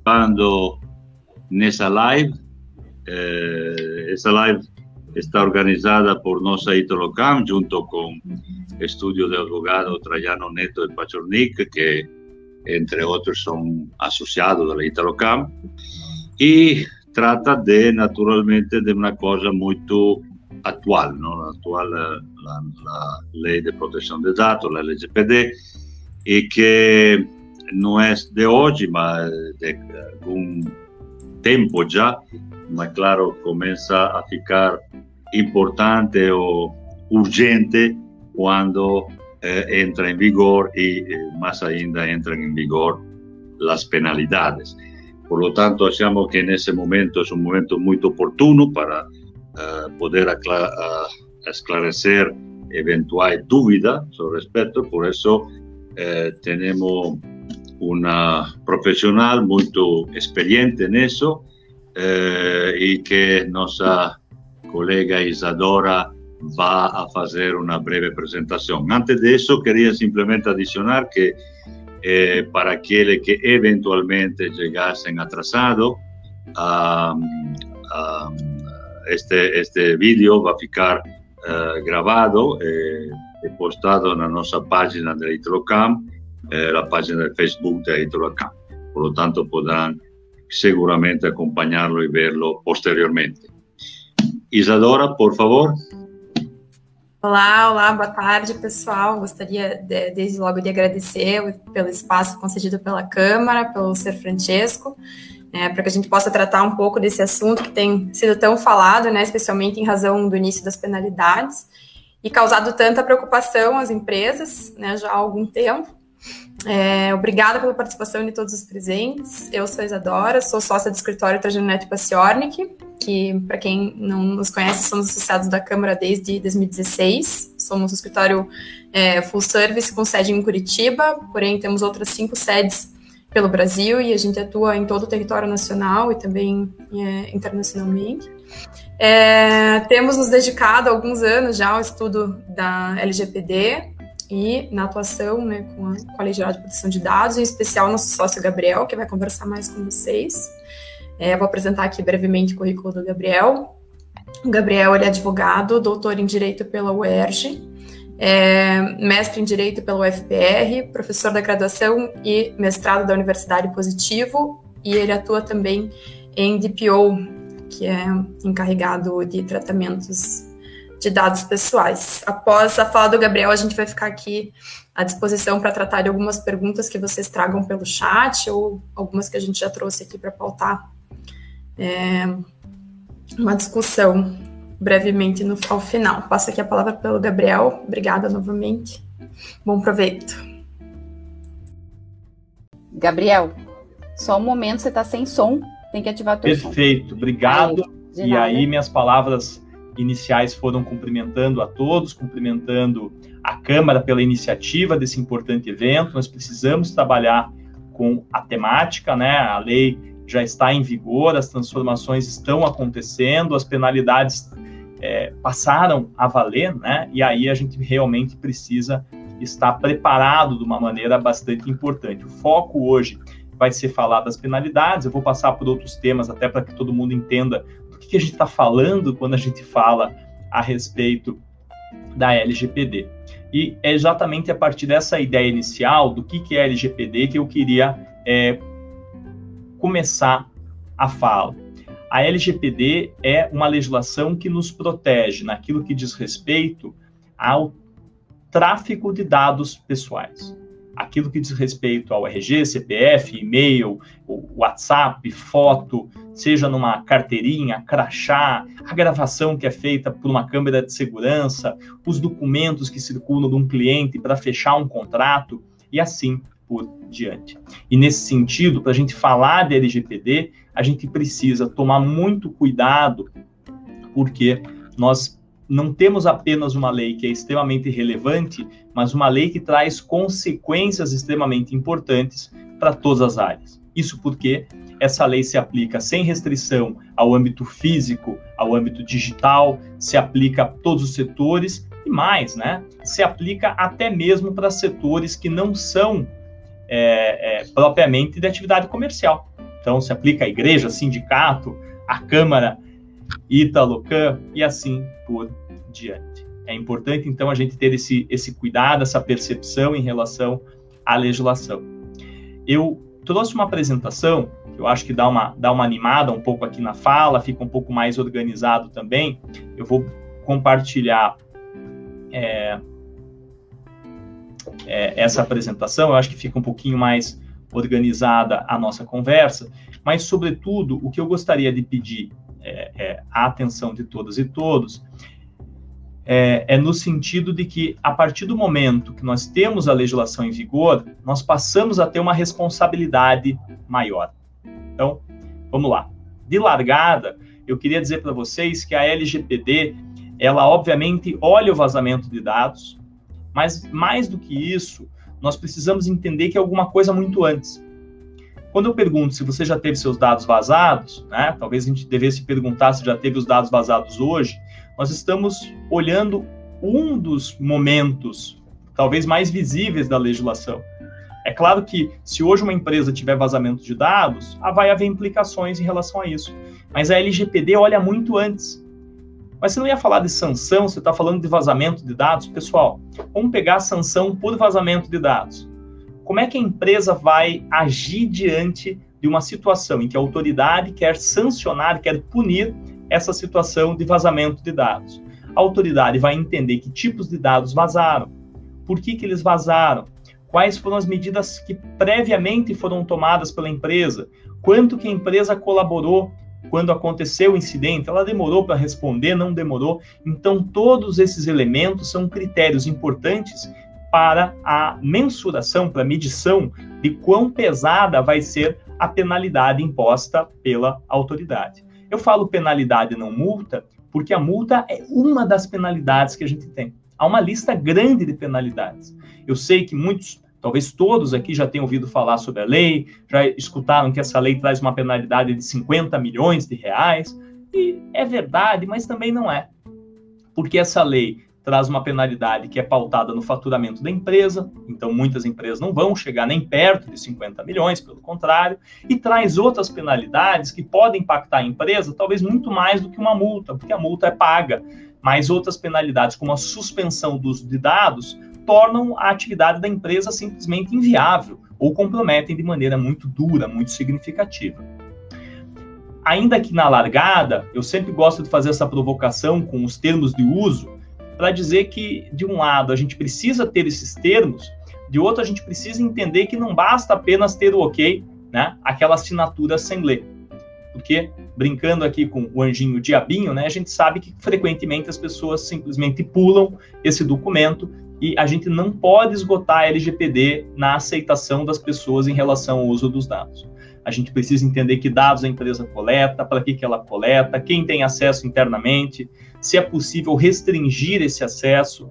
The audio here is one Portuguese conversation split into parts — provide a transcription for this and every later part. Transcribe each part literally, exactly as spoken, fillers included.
participando nessa live. Eh, essa live está organizada por nossa Italocam, junto com o Estúdio de Advogado Traiano Neto de Pachornik, que, entre outros, são associados da Italocam, e trata de, naturalmente, de uma coisa muito atual, não? Atual, a Lei de Proteção de Dados, a L G P D, e que não é de hoje, mas de algum tempo já, mas, claro, começa a ficar importante ou urgente quando eh, entra em vigor e, eh, mais ainda, entram em vigor as penalidades. Por lo tanto, achamos que nesse momento é um momento muito oportuno para uh, poder uh, esclarecer eventuais dúvidas sobre respeito. Por isso, eh, temos uma profissional muito experiente nisso, eh, e que nossa colega Isadora vai a fazer uma breve apresentação. Antes disso, queria simplesmente adicionar que eh, para aqueles que eventualmente chegassem atrasados, um, um, este, este vídeo vai ficar uh, gravado e eh, postado na nossa página da Italocam, eh, a página do Facebook da Italocam. Por lo tanto, poderão seguramente acompanhá-lo e vê-lo posteriormente. Isadora, por favor. Olá, olá, boa tarde, pessoal. Gostaria, de, desde logo, de agradecer pelo espaço concedido pela Câmara, pelo senhor Francesco, é, para que a gente possa tratar um pouco desse assunto que tem sido tão falado, né, especialmente em razão do início das penalidades, e causado tanta preocupação às empresas, né, já há algum tempo. É, obrigada pela participação de todos os presentes. Eu sou a Isadora, sou sócia do escritório Traiano Neto e Pachornik, que, para quem não nos conhece, somos associados da Câmara desde dois mil e dezesseis. Somos um escritório é, full service com sede em Curitiba, porém temos outras cinco sedes pelo Brasil e a gente atua em todo o território nacional e também é, internacionalmente. É, temos nos dedicado há alguns anos já ao estudo da L G P D e na atuação, né, com, a, com a Lei Geral de Proteção de Dados, em especial nosso sócio Gabriel, que vai conversar mais com vocês. É, vou apresentar aqui brevemente o currículo do Gabriel. O Gabriel ele é advogado, doutor em Direito pela U E R J, é, mestre em Direito pela U F P R, professor da graduação e mestrado da Universidade Positivo, e ele atua também em D P O, que é encarregado de tratamentos de dados pessoais. Após a fala do Gabriel, a gente vai ficar aqui à disposição para tratar de algumas perguntas que vocês tragam pelo chat ou algumas que a gente já trouxe aqui para pautar é, uma discussão brevemente no, ao final. Passo aqui a palavra pelo Gabriel. Obrigada novamente. Bom proveito. Gabriel, só um momento, você está sem som, tem que ativar teu som. Perfeito, obrigado. Aí, e aí minhas palavras iniciais foram cumprimentando a todos, cumprimentando a Câmara pela iniciativa desse importante evento. Nós precisamos trabalhar com a temática, né? A lei já está em vigor, as transformações estão acontecendo, as penalidades é, passaram a valer, né? E aí a gente realmente precisa estar preparado de uma maneira bastante importante. O foco hoje vai ser falar das penalidades, eu vou passar por outros temas até para que todo mundo entenda do que, que a gente está falando quando a gente fala a respeito da L G P D. E é exatamente a partir dessa ideia inicial do que, que é L G P D que eu queria é, começar a fala. A L G P D é uma legislação que nos protege naquilo que diz respeito ao tráfico de dados pessoais. Aquilo que diz respeito ao R G, C P F, e-mail, WhatsApp, foto, seja numa carteirinha, crachá, a gravação que é feita por uma câmera de segurança, os documentos que circulam de um cliente para fechar um contrato e assim por diante. E nesse sentido, para a gente falar de L G P D, a gente precisa tomar muito cuidado, porque nós não temos apenas uma lei que é extremamente relevante, mas uma lei que traz consequências extremamente importantes para todas as áreas. Isso porque essa lei se aplica sem restrição ao âmbito físico, ao âmbito digital, se aplica a todos os setores e mais, né? Se aplica até mesmo para setores que não são é, é, propriamente de atividade comercial. Então, se aplica à igreja, sindicato, à Câmara, Italocam e assim por diante. É importante, então, a gente ter esse, esse cuidado, essa percepção em relação à legislação. Eu trouxe uma apresentação, que eu acho que dá uma, dá uma animada um pouco aqui na fala, fica um pouco mais organizado também. Eu vou compartilhar é, é, essa apresentação, eu acho que fica um pouquinho mais organizada a nossa conversa, mas, sobretudo, o que eu gostaria de pedir é, é, a atenção de todas e todos é, é no sentido de que, a partir do momento que nós temos a legislação em vigor, nós passamos a ter uma responsabilidade maior. Então, vamos lá. De largada, eu queria dizer para vocês que a L G P D, ela, obviamente, olha o vazamento de dados, mas, mais do que isso, nós precisamos entender que é alguma coisa muito antes. Quando eu pergunto se você já teve seus dados vazados, né, talvez a gente devesse perguntar se já teve os dados vazados hoje, nós estamos olhando um dos momentos, talvez mais visíveis da legislação. É claro que, se hoje uma empresa tiver vazamento de dados, vai haver implicações em relação a isso. Mas a L G P D olha muito antes. Mas você não ia falar de sanção, você está falando de vazamento de dados? Pessoal, vamos pegar a sanção por vazamento de dados. Como é que a empresa vai agir diante de uma situação em que a autoridade quer sancionar, quer punir essa situação de vazamento de dados? A autoridade vai entender que tipos de dados vazaram, por que que eles vazaram, quais foram as medidas que previamente foram tomadas pela empresa, quanto que a empresa colaborou quando aconteceu o incidente, ela demorou para responder, não demorou. Então, todos esses elementos são critérios importantes para a mensuração, para a medição de quão pesada vai ser a penalidade imposta pela autoridade. Eu falo penalidade, não multa, porque a multa é uma das penalidades que a gente tem. Há uma lista grande de penalidades. Eu sei que muitos, talvez todos aqui já tenham ouvido falar sobre a lei, já escutaram que essa lei traz uma penalidade de cinquenta milhões de reais, e é verdade, mas também não é. Porque essa lei traz uma penalidade que é pautada no faturamento da empresa, então muitas empresas não vão chegar nem perto de cinquenta milhões, pelo contrário, e traz outras penalidades que podem impactar a empresa, talvez muito mais do que uma multa, porque a multa é paga, mas outras penalidades, como a suspensão do uso de dados, tornam a atividade da empresa simplesmente inviável, ou comprometem de maneira muito dura, muito significativa. Ainda que na largada, eu sempre gosto de fazer essa provocação com os termos de uso, para dizer que, de um lado, a gente precisa ter esses termos, de outro, a gente precisa entender que não basta apenas ter o ok, né, aquela assinatura sem ler. Porque, brincando aqui com o anjinho diabinho, né, a gente sabe que frequentemente as pessoas simplesmente pulam esse documento e a gente não pode esgotar a L G P D na aceitação das pessoas em relação ao uso dos dados. A gente precisa entender que dados a empresa coleta, para que que ela coleta, quem tem acesso internamente, se é possível restringir esse acesso.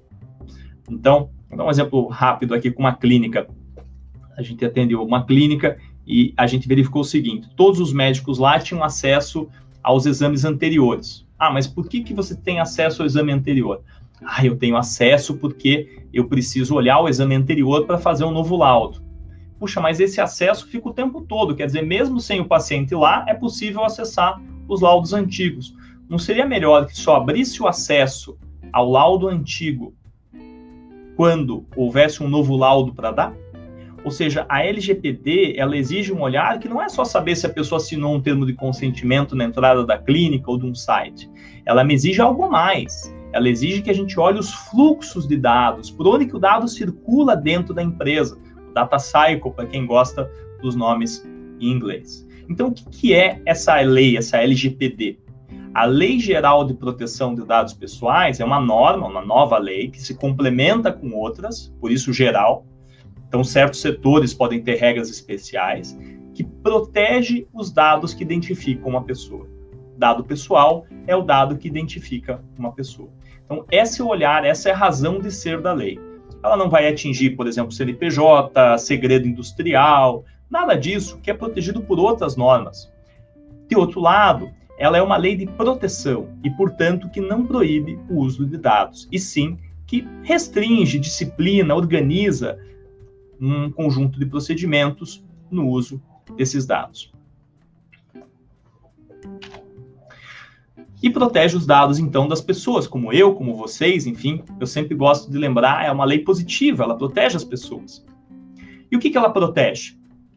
Então, vou dar um exemplo rápido aqui com uma clínica. A gente atendeu uma clínica e a gente verificou o seguinte: todos os médicos lá tinham acesso aos exames anteriores. Ah, mas por que que você tem acesso ao exame anterior? Ah, eu tenho acesso porque eu preciso olhar o exame anterior para fazer um novo laudo. Puxa, mas esse acesso fica o tempo todo, quer dizer, mesmo sem o paciente lá, é possível acessar os laudos antigos. Não seria melhor que só abrisse o acesso ao laudo antigo quando houvesse um novo laudo para dar? Ou seja, a L G P D, ela exige um olhar que não é só saber se a pessoa assinou um termo de consentimento na entrada da clínica ou de um site. Ela me exige algo mais. Ela exige que a gente olhe os fluxos de dados, por onde que o dado circula dentro da empresa. Data Cycle, para quem gosta dos nomes em inglês. Então, o que, que é essa lei, essa L G P D? A Lei Geral de Proteção de Dados Pessoais é uma norma, uma nova lei, que se complementa com outras, por isso geral. Então, certos setores podem ter regras especiais, que protege os dados que identificam uma pessoa. Dado pessoal é o dado que identifica uma pessoa. Então, esse é o olhar, essa é a razão de ser da lei. Ela não vai atingir, por exemplo, C N P J, segredo industrial, nada disso, que é protegido por outras normas. De outro lado, ela é uma lei de proteção e, portanto, que não proíbe o uso de dados, e sim que restringe, disciplina, organiza um conjunto de procedimentos no uso desses dados. E protege os dados, então, das pessoas, como eu, como vocês, enfim, eu sempre gosto de lembrar, é uma lei positiva, ela protege as pessoas. E o que, que ela protege?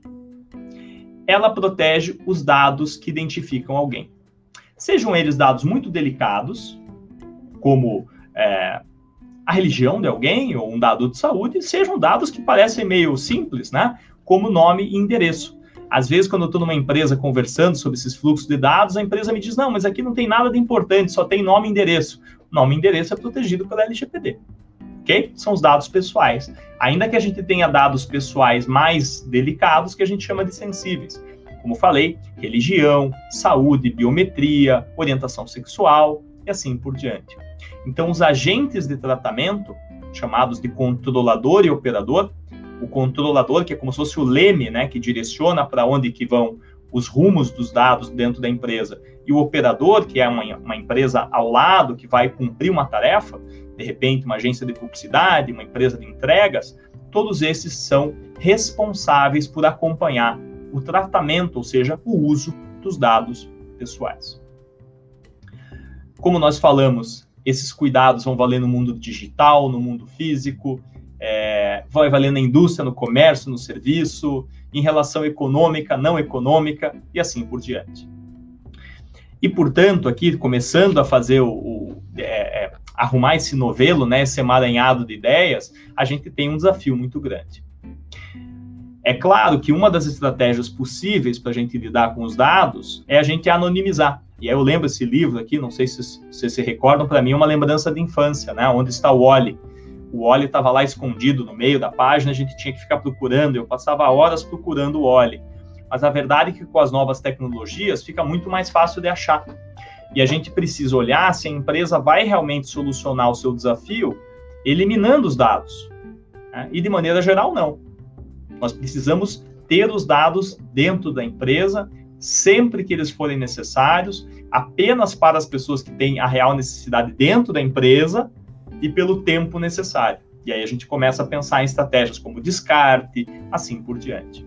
Ela protege os dados que identificam alguém. Sejam eles dados muito delicados, como é, a religião de alguém ou um dado de saúde, sejam dados que parecem meio simples, né? Como nome e endereço. Às vezes, quando eu estou numa empresa conversando sobre esses fluxos de dados, a empresa me diz, não, mas aqui não tem nada de importante, só tem nome e endereço. Nome e endereço é protegido pela L G P D. Ok? São os dados pessoais. Ainda que a gente tenha dados pessoais mais delicados, que a gente chama de sensíveis. Como falei, religião, saúde, biometria, orientação sexual e assim por diante. Então, os agentes de tratamento, chamados de controlador e operador, o controlador, que é como se fosse o leme, né, que direciona para onde que vão os rumos dos dados dentro da empresa, e o operador, que é uma, uma empresa ao lado, que vai cumprir uma tarefa, de repente uma agência de publicidade, uma empresa de entregas, todos esses são responsáveis por acompanhar o tratamento, ou seja, o uso dos dados pessoais. Como nós falamos, esses cuidados vão valer no mundo digital, no mundo físico, é, vai valer na indústria, no comércio, no serviço, em relação econômica, não econômica e assim por diante. E, portanto, aqui, começando a fazer o, o é, é, arrumar esse novelo, né, esse emaranhado de ideias, a gente tem um desafio muito grande. É claro que uma das estratégias possíveis para a gente lidar com os dados é a gente anonimizar. E aí eu lembro esse livro aqui, não sei se vocês se recordam, para mim é uma lembrança de infância, né? Onde está o Wall-E. O Wall-E estava lá escondido no meio da página, a gente tinha que ficar procurando, eu passava horas procurando o Wall-E. Mas a verdade é que com as novas tecnologias fica muito mais fácil de achar. E a gente precisa olhar se a empresa vai realmente solucionar o seu desafio eliminando os dados. Né? E de maneira geral, não. Nós precisamos ter os dados dentro da empresa, sempre que eles forem necessários, apenas para as pessoas que têm a real necessidade dentro da empresa e pelo tempo necessário. E aí a gente começa a pensar em estratégias como descarte, assim por diante.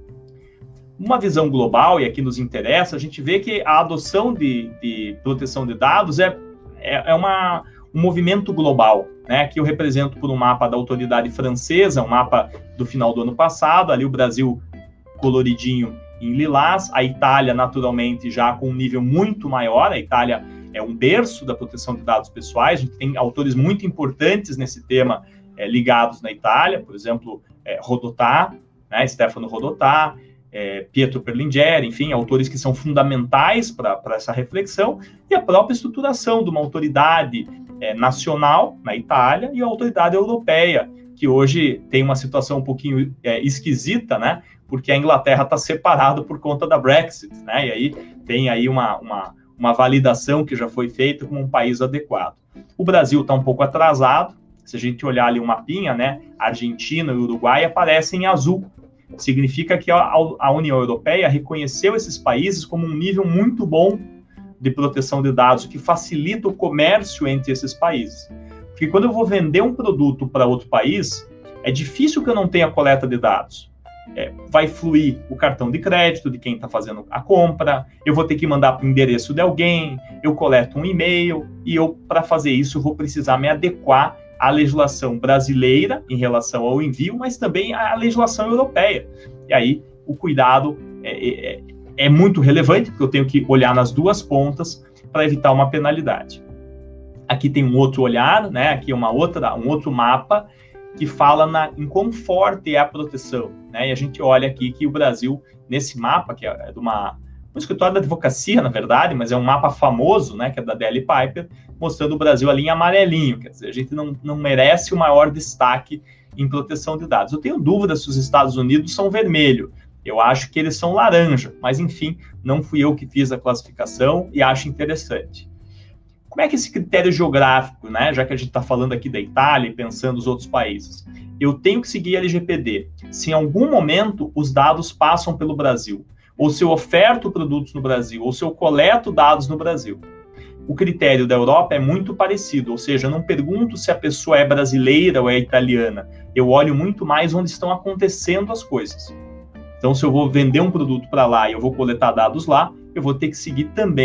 Uma visão global, e aqui nos interessa, a gente vê que a adoção de, de proteção de dados é, é, é uma, um movimento global. Né? Aqui eu represento por um mapa da autoridade francesa, um mapa do final do ano passado, ali o Brasil coloridinho em lilás, a Itália naturalmente já com um nível muito maior, a Itália é um berço da proteção de dados pessoais, a gente tem autores muito importantes nesse tema é, ligados na Itália, por exemplo, é, Rodotà, né? Stefano Rodotà, é, Pietro Perlingieri, enfim, autores que são fundamentais para essa reflexão, e a própria estruturação de uma autoridade é, nacional na Itália e a autoridade europeia, que hoje tem uma situação um pouquinho é, esquisita, né? Porque a Inglaterra está separada por conta da Brexit, né? E aí tem aí uma, uma, uma validação que já foi feita como um país adequado. O Brasil está um pouco atrasado, se a gente olhar ali o mapinha, né? Argentina e Uruguai aparecem em azul. Significa que a, a União Europeia reconheceu esses países como um nível muito bom de proteção de dados, que facilita o comércio entre esses países. Porque quando eu vou vender um produto para outro país, é difícil que eu não tenha coleta de dados. É, vai fluir o cartão de crédito de quem está fazendo a compra, eu vou ter que mandar para o endereço de alguém, eu coleto um e-mail, e eu, para fazer isso, vou precisar me adequar à legislação brasileira em relação ao envio, mas também à legislação europeia. E aí, o cuidado é, é, é muito relevante, porque eu tenho que olhar nas duas pontas para evitar uma penalidade. Aqui tem um outro olhar, né? Aqui uma outra, um outro mapa, que fala na, em quão forte é a proteção, né? E a gente olha aqui que o Brasil, nesse mapa, que é de uma, um escritório da advocacia, na verdade, mas é um mapa famoso, né, que é da D L Piper, mostrando o Brasil ali em amarelinho, quer dizer, a gente não, não merece o maior destaque em proteção de dados. Eu tenho dúvida se os Estados Unidos são vermelho, eu acho que eles são laranja, mas enfim, não fui eu que fiz a classificação e acho interessante. Como é que esse critério geográfico, né, já que a gente está falando aqui da Itália e pensando nos outros países, eu tenho que seguir a L G P D. Se em algum momento os dados passam pelo Brasil, ou se eu oferto produtos no Brasil, ou se eu coleto dados no Brasil. O critério da Europa é muito parecido, ou seja, eu não pergunto se a pessoa é brasileira ou é italiana, eu olho muito mais onde estão acontecendo as coisas. Então, se eu vou vender um produto para lá e eu vou coletar dados lá, eu vou ter que seguir também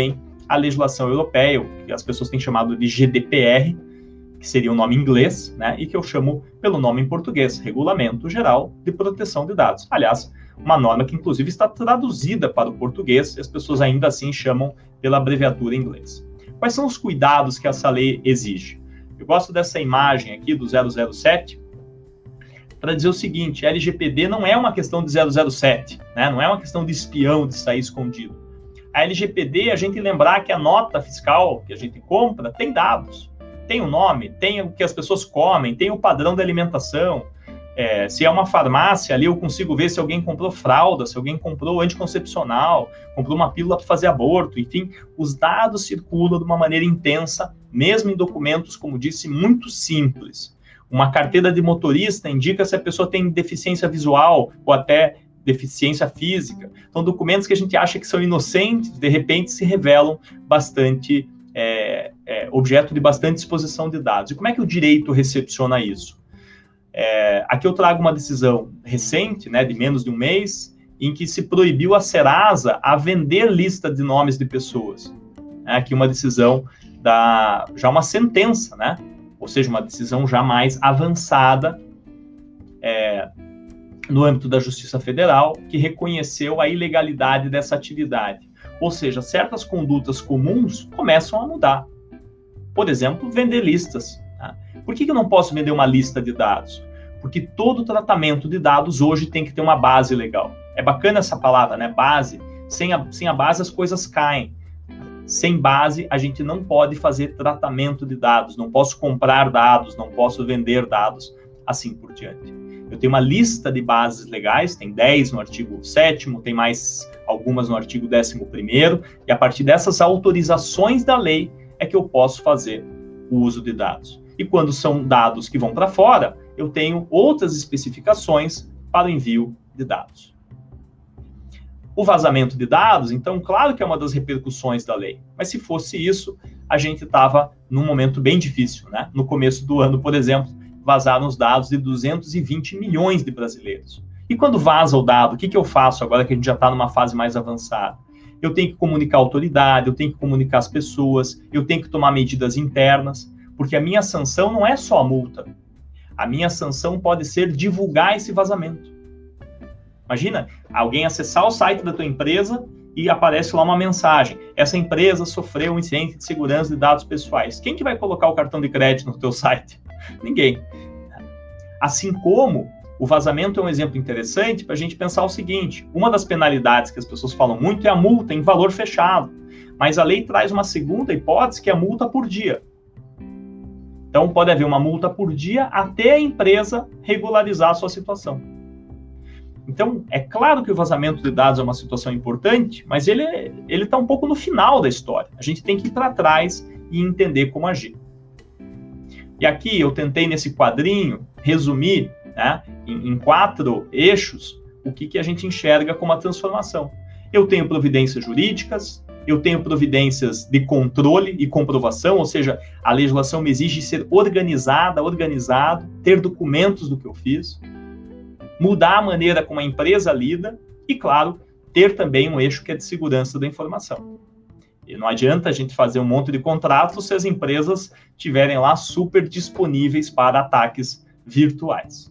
a legislação europeia, o que as pessoas têm chamado de G D P R, que seria o nome em inglês, né, e que eu chamo pelo nome em português, Regulamento Geral de Proteção de Dados. Aliás, uma norma que inclusive está traduzida para o português, e as pessoas ainda assim chamam pela abreviatura em inglês. Quais são os cuidados que essa lei exige? Eu gosto dessa imagem aqui do zero zero sete, para dizer o seguinte: L G P D não é uma questão de zero zero sete, né? Não é uma questão de espião, de sair escondido. A L G P D, a gente lembrar que a nota fiscal que a gente compra tem dados, tem o nome, tem o que as pessoas comem, tem o padrão da alimentação. É, se é uma farmácia ali, eu consigo ver se alguém comprou fralda, se alguém comprou anticoncepcional, comprou uma pílula para fazer aborto, enfim, os dados circulam de uma maneira intensa, mesmo em documentos, como disse, muito simples. Uma carteira de motorista indica se a pessoa tem deficiência visual ou até deficiência física. Então, documentos que a gente acha que são inocentes, de repente se revelam bastante, é, é, objeto de bastante exposição de dados. E como é que o direito recepciona isso? É, aqui eu trago uma decisão recente, né, de menos de um mês, em que se proibiu a Serasa a vender lista de nomes de pessoas. É, aqui uma decisão, da, já uma sentença, né? Ou seja, uma decisão já mais avançada é, no âmbito da Justiça Federal, que reconheceu a ilegalidade dessa atividade. Ou seja, certas condutas comuns começam a mudar. Por exemplo, vender listas. Tá? Por que eu não posso vender uma lista de dados? Porque todo tratamento de dados hoje tem que ter uma base legal. É bacana essa palavra, né? Base. Sem a, sem a base as coisas caem. Sem base, a gente não pode fazer tratamento de dados, não posso comprar dados, não posso vender dados, assim por diante. Eu tenho uma lista de bases legais, tem dez no artigo sétimo, tem mais algumas no artigo décimo primeiro, e a partir dessas autorizações da lei é que eu posso fazer o uso de dados. E quando são dados que vão para fora, eu tenho outras especificações para o envio de dados. O vazamento de dados, então, claro que é uma das repercussões da lei, mas se fosse isso, a gente estava num momento bem difícil, né? No começo do ano, por exemplo, vazaram os dados de duzentos e vinte milhões de brasileiros. E quando vaza o dado, o que, que eu faço agora que a gente já está numa fase mais avançada? Eu tenho que comunicar a autoridade, eu tenho que comunicar as pessoas, eu tenho que tomar medidas internas, porque a minha sanção não é só a multa. A minha sanção pode ser divulgar esse vazamento. Imagina, alguém acessar o site da tua empresa e aparece lá uma mensagem. Essa empresa sofreu um incidente de segurança de dados pessoais. Quem que vai colocar o cartão de crédito no teu site? Ninguém. Assim como o vazamento é um exemplo interessante para a gente pensar o seguinte: uma das penalidades que as pessoas falam muito é a multa em valor fechado. Mas a lei traz uma segunda hipótese, que é a multa por dia. Então pode haver uma multa por dia até a empresa regularizar a sua situação. Então, é claro que o vazamento de dados é uma situação importante, mas ele ele está um pouco no final da história. A gente tem que ir para trás e entender como agir. E aqui eu tentei, nesse quadrinho, resumir, né, em, em quatro eixos o que, que a gente enxerga como a transformação. Eu tenho providências jurídicas, eu tenho providências de controle e comprovação, ou seja, a legislação me exige ser organizada, organizado, ter documentos do que eu fiz, mudar a maneira como a empresa lida e, claro, ter também um eixo que é de segurança da informação. E não adianta a gente fazer um monte de contratos se as empresas estiverem lá super disponíveis para ataques virtuais.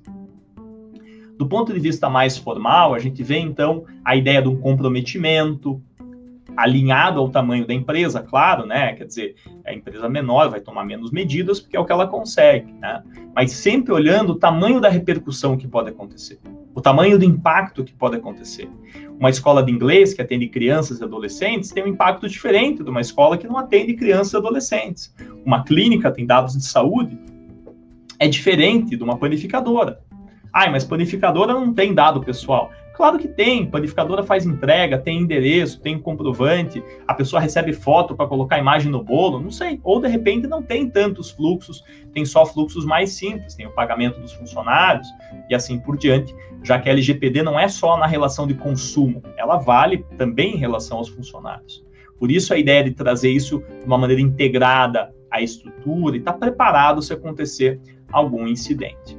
Do ponto de vista mais formal, a gente vê, então, a ideia de um comprometimento alinhado ao tamanho da empresa, claro, né? Quer dizer, a empresa menor vai tomar menos medidas porque é o que ela consegue, né? Mas sempre olhando o tamanho da repercussão que pode acontecer, o tamanho do impacto que pode acontecer. Uma escola de inglês que atende crianças e adolescentes tem um impacto diferente de uma escola que não atende crianças e adolescentes. Uma clínica tem dados de saúde, é diferente de uma panificadora. Ah, mas panificadora não tem dado pessoal. Claro que tem, panificadora faz entrega, tem endereço, tem comprovante, a pessoa recebe foto para colocar a imagem no bolo, não sei. Ou, de repente, não tem tantos fluxos, tem só fluxos mais simples, tem o pagamento dos funcionários e assim por diante, já que a L G P D não é só na relação de consumo, ela vale também em relação aos funcionários. Por isso, a ideia de trazer isso de uma maneira integrada à estrutura e estar preparado se acontecer algum incidente.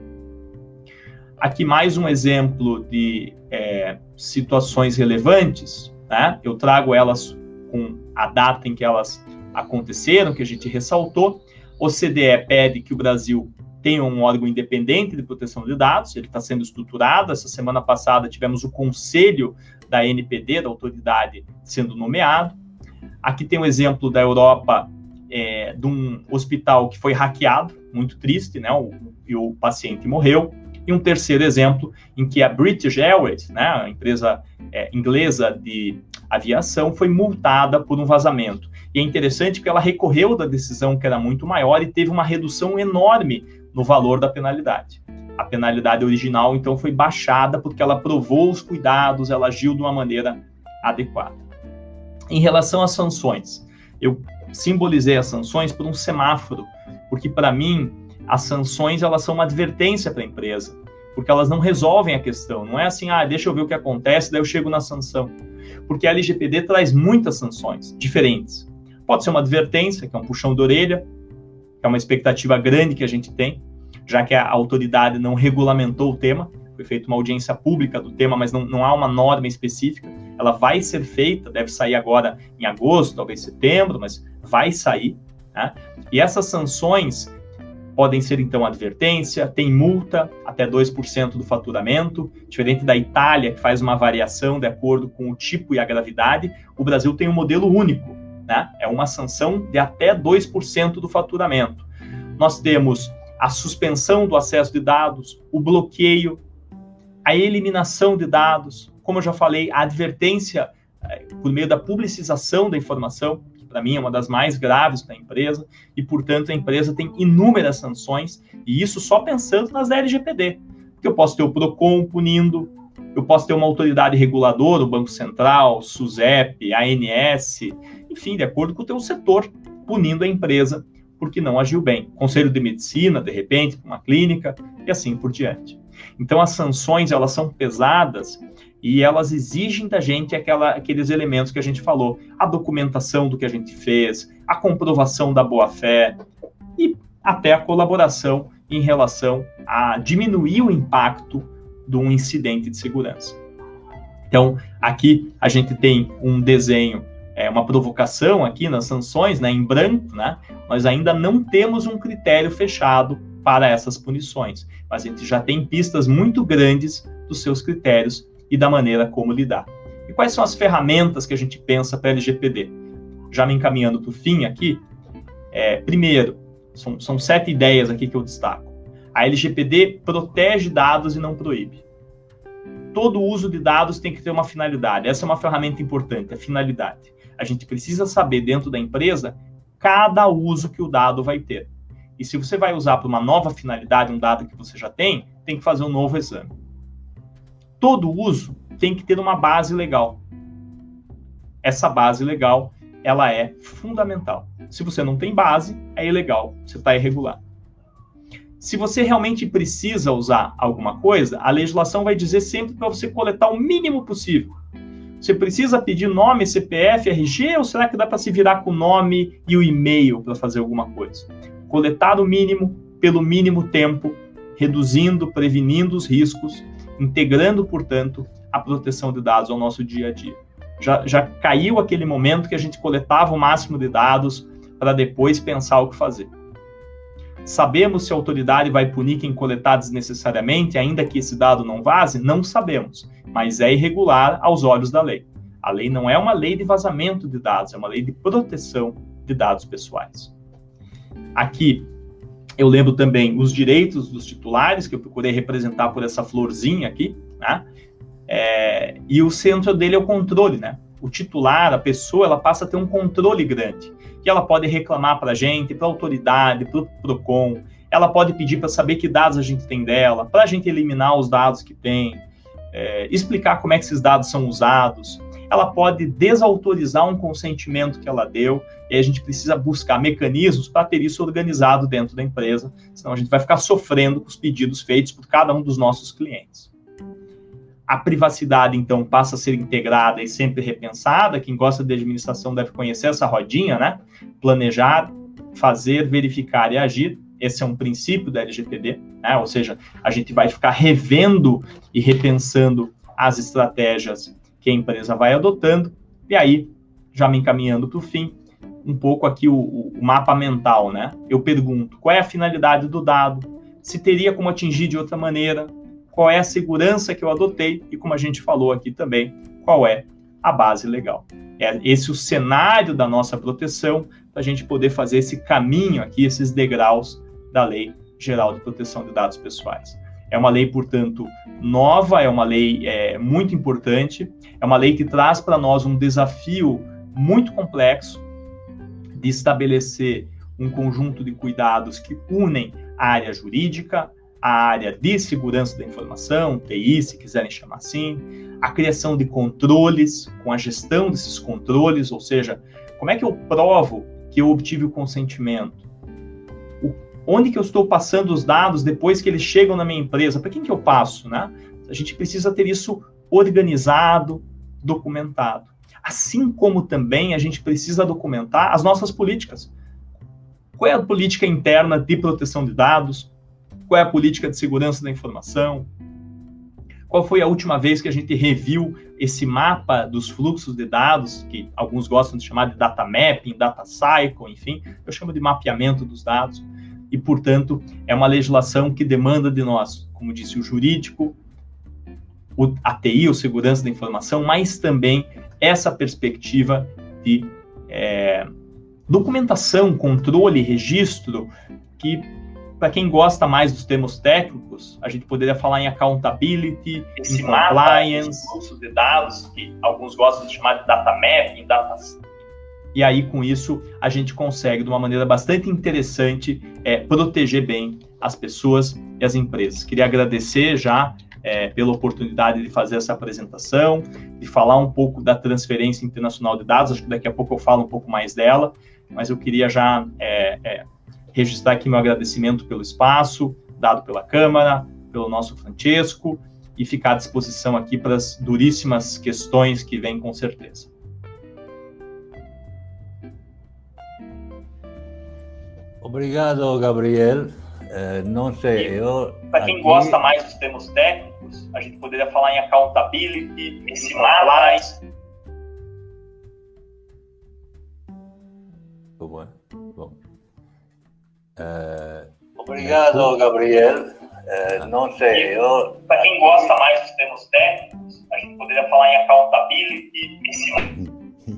Aqui mais um exemplo de é, situações relevantes, né? Eu trago elas com a data em que elas aconteceram, que a gente ressaltou. O C D E pede que o Brasil tenha um órgão independente de proteção de dados, ele está sendo estruturado. Essa semana passada tivemos o conselho da N P D, da autoridade, sendo nomeado. Aqui tem um exemplo da Europa, é, de um hospital que foi hackeado, muito triste, né? O, e o paciente morreu. E um terceiro exemplo em que a British Airways, né, a empresa é, inglesa de aviação, foi multada por um vazamento. E é interessante que ela recorreu da decisão, que era muito maior, e teve uma redução enorme no valor da penalidade. A penalidade original, então, foi baixada porque ela provou os cuidados, ela agiu de uma maneira adequada. Em relação às sanções, eu simbolizei as sanções por um semáforo, porque, para mim, as sanções, elas são uma advertência para a empresa, porque elas não resolvem a questão. Não é assim, ah, deixa eu ver o que acontece, daí eu chego na sanção. Porque a L G P D traz muitas sanções diferentes. Pode ser uma advertência, que é um puxão de orelha, que é uma expectativa grande que a gente tem, já que a autoridade não regulamentou o tema, foi feita uma audiência pública do tema, mas não, não há uma norma específica. Ela vai ser feita, deve sair agora em agosto, talvez setembro, mas vai sair, né? E essas sanções podem ser, então, advertência, tem multa até dois por cento do faturamento, diferente da Itália, que faz uma variação de acordo com o tipo e a gravidade. O Brasil tem um modelo único, né? É uma sanção de até dois por cento do faturamento. Nós temos a suspensão do acesso de dados, o bloqueio, a eliminação de dados, como eu já falei, a advertência eh, por meio da publicização da informação, que para mim é uma das mais graves da empresa, e, portanto, a empresa tem inúmeras sanções, e isso só pensando nas da L G P D, porque eu posso ter o PROCON punindo, eu posso ter uma autoridade reguladora, o Banco Central, SUSEP, A N S, enfim, de acordo com o teu setor, punindo a empresa porque não agiu bem. Conselho de Medicina, de repente, para uma clínica, e assim por diante. Então, as sanções, elas são pesadas e elas exigem da gente aquela, aqueles elementos que a gente falou, a documentação do que a gente fez, a comprovação da boa-fé e até a colaboração em relação a diminuir o impacto de um incidente de segurança. Então, aqui a gente tem um desenho, é, uma provocação aqui nas sanções, né, em branco, né? Nós ainda não temos um critério fechado para essas punições, mas a gente já tem pistas muito grandes dos seus critérios e da maneira como lidar. E quais são as ferramentas que a gente pensa para a L G P D? Já me encaminhando para o fim aqui, é, primeiro, são, são sete ideias aqui que eu destaco. A L G P D protege dados e não proíbe. Todo uso de dados tem que ter uma finalidade. Essa é uma ferramenta importante, a finalidade. A gente precisa saber dentro da empresa cada uso que o dado vai ter. E se você vai usar para uma nova finalidade, um dado que você já tem, tem que fazer um novo exame. Todo uso tem que ter uma base legal. Essa base legal, ela é fundamental. Se você não tem base, é ilegal, você está irregular. Se você realmente precisa usar alguma coisa, a legislação vai dizer sempre para você coletar o mínimo possível. Você precisa pedir nome, C P F, R G, ou será que dá para se virar com o nome e o e-mail para fazer alguma coisa? Coletar o mínimo pelo mínimo tempo, reduzindo, prevenindo os riscos, integrando, portanto, a proteção de dados ao nosso dia a dia. Já, já caiu aquele momento que a gente coletava o máximo de dados para depois pensar o que fazer. Sabemos se a autoridade vai punir quem coletar desnecessariamente, ainda que esse dado não vaze? Não sabemos, mas é irregular aos olhos da lei. A lei não é uma lei de vazamento de dados, é uma lei de proteção de dados pessoais. Aqui, eu lembro também os direitos dos titulares, que eu procurei representar por essa florzinha aqui, né? É, e o centro dele é o controle, né? O titular, a pessoa, ela passa a ter um controle grande, que ela pode reclamar para a gente, para a autoridade, para o PROCON, ela pode pedir para saber que dados a gente tem dela, para a gente eliminar os dados que tem, é, explicar como é que esses dados são usados, ela pode desautorizar um consentimento que ela deu, e a gente precisa buscar mecanismos para ter isso organizado dentro da empresa, senão a gente vai ficar sofrendo com os pedidos feitos por cada um dos nossos clientes. A privacidade, então, passa a ser integrada e sempre repensada. Quem gosta de administração deve conhecer essa rodinha, né? Planejar, fazer, verificar e agir. Esse é um princípio da L G P D, né? Ou seja, a gente vai ficar revendo e repensando as estratégias que a empresa vai adotando. E aí, já me encaminhando para o fim, um pouco aqui o, o mapa mental, né? Eu pergunto, qual é a finalidade do dado? Se teria como atingir de outra maneira? Qual é a segurança que eu adotei? E como a gente falou aqui também, qual é a base legal? É esse o cenário da nossa proteção, para a gente poder fazer esse caminho aqui, esses degraus da Lei Geral de Proteção de Dados Pessoais. É uma lei, portanto, nova, é uma lei é, muito importante, é uma lei que traz para nós um desafio muito complexo de estabelecer um conjunto de cuidados que unem a área jurídica, a área de segurança da informação, T I, se quiserem chamar assim, a criação de controles, com a gestão desses controles, ou seja, como é que eu provo que eu obtive o consentimento? O, onde que eu estou passando os dados depois que eles chegam na minha empresa? Para quem que eu passo, né? A gente precisa ter isso organizado, documentado. Assim como também a gente precisa documentar as nossas políticas. Qual é a política interna de proteção de dados? Qual é a política de segurança da informação? Qual foi a última vez que a gente reviu esse mapa dos fluxos de dados, que alguns gostam de chamar de data mapping, data cycle, enfim, eu chamo de mapeamento dos dados. E, portanto, é uma legislação que demanda de nós, como disse o jurídico, o, a T I, o segurança da informação, mas também essa perspectiva de é, documentação, controle, registro, que, para quem gosta mais dos termos técnicos, a gente poderia falar em accountability, esse em compliance, fluxo de dados, que alguns gostam de chamar de data mapping, data... E aí, com isso, a gente consegue, de uma maneira bastante interessante, é, proteger bem as pessoas e as empresas. Queria agradecer já é, pela oportunidade de fazer essa apresentação, de falar um pouco da transferência internacional de dados, acho que daqui a pouco eu falo um pouco mais dela, mas eu queria já é, é, registrar aqui meu agradecimento pelo espaço dado pela Câmara, pelo nosso Francesco, e ficar à disposição aqui para as duríssimas questões que vêm com certeza. Obrigado, Gabriel. Uh, não sei, eu... Para quem aqui... gosta mais dos termos técnicos, a gente poderia falar em accountability, em compliance. Bom. Bom. Uh, Obrigado, Gabriel. Uh, não sei, eu... Para quem gosta mais dos termos técnicos, a gente poderia falar em accountability, em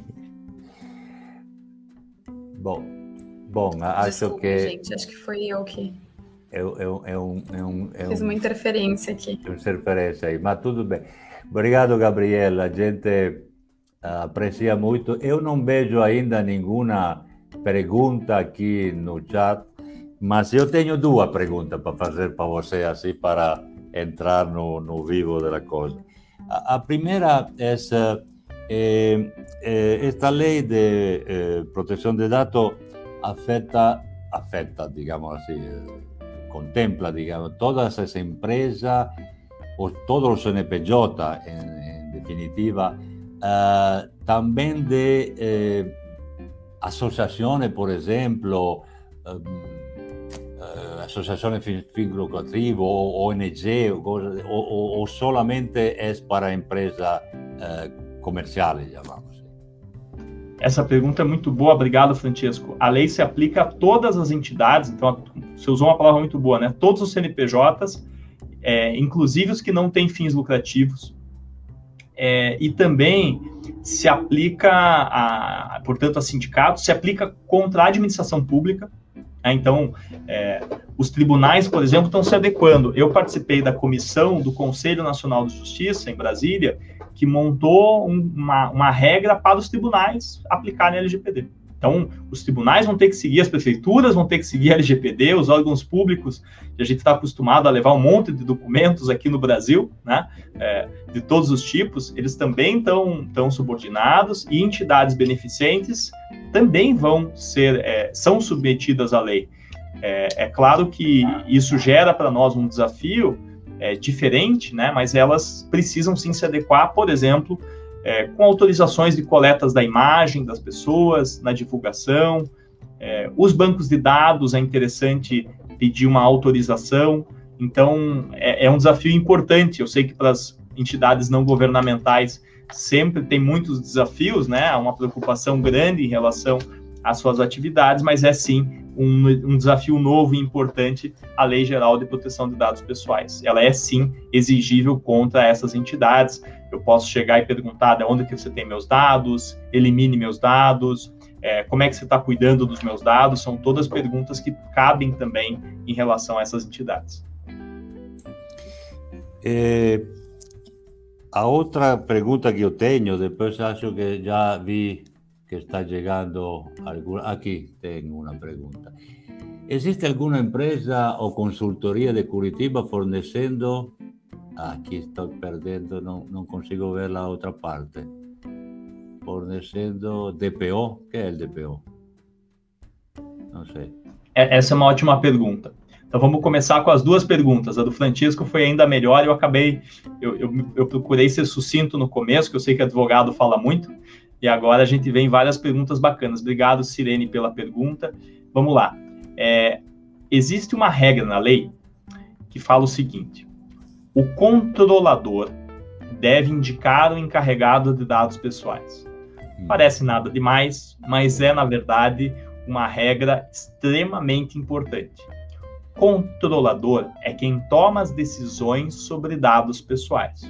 Bom. Bom, acho Desculpa, que... gente, acho que foi eu que eu, eu, eu, eu, eu, fiz uma interferência aqui. Interferência aí, mas tudo bem. Obrigado, Gabriel. A gente aprecia muito. Eu não vejo ainda nenhuma pergunta aqui no chat, mas eu tenho duas perguntas para fazer para você, assim, para entrar no, no vivo da coisa. A, a primeira é eh, eh, esta lei de eh, proteção de dados afecta, afecta, digamos así, contempla, digamos, todas esas empresas, o todos los N P J, en, en definitiva, uh, también de eh, asociaciones, por ejemplo, um, uh, asociaciones sin fin lucrativo, O N G, o, o, o solamente es para empresas uh, comerciales, llamamos. Essa pergunta é muito boa, obrigado, Francesco. A lei se aplica a todas as entidades, então você usou uma palavra muito boa, né? Todos os C N P Js, é, inclusive os que não têm fins lucrativos, é, e também se aplica, a, portanto, a sindicatos, se aplica contra a administração pública. Né? Então, é, os tribunais, por exemplo, estão se adequando. Eu participei da comissão do Conselho Nacional de Justiça, em Brasília, que montou uma, uma regra para os tribunais aplicarem L G P D. Então, os tribunais vão ter que seguir, as prefeituras vão ter que seguir L G P D, os órgãos públicos, que a gente está acostumado a levar um monte de documentos aqui no Brasil, né, é, de todos os tipos, eles também estão subordinados, e entidades beneficentes também vão ser, é, são submetidas à lei. É, é claro que isso gera para nós um desafio é, diferente, né, mas elas precisam sim se adequar, por exemplo, é, com autorizações de coletas da imagem das pessoas, na divulgação. É, os bancos de dados, é interessante pedir uma autorização. Então, é, é um desafio importante. Eu sei que para as entidades não governamentais sempre tem muitos desafios, né? Uma preocupação grande em relação às suas atividades, mas é sim um, um desafio novo e importante a Lei Geral de Proteção de Dados Pessoais. Ela é sim exigível contra essas entidades. Eu posso chegar e perguntar de onde que você tem meus dados, elimine meus dados, é, como é que você está cuidando dos meus dados, são todas perguntas que cabem também em relação a essas entidades. É, a outra pergunta que eu tenho, depois acho que já vi que está chegando alguma. Aqui tem uma pergunta. Existe alguma empresa ou consultoria de Curitiba fornecendo... Aqui estou perdendo, não, não consigo ver a outra parte. Fornecendo D P O? O que é o D P O? Não sei. Essa é uma ótima pergunta. Então vamos começar com as duas perguntas. A do Francisco foi ainda melhor, eu acabei, eu, eu, eu procurei ser sucinto no começo, que eu sei que advogado fala muito, e agora a gente vem várias perguntas bacanas. Obrigado, Sirene, pela pergunta. Vamos lá. É, existe uma regra na lei que fala o seguinte: o controlador deve indicar o encarregado de dados pessoais. Parece nada demais, mas é, na verdade, uma regra extremamente importante. Controlador é quem toma as decisões sobre dados pessoais.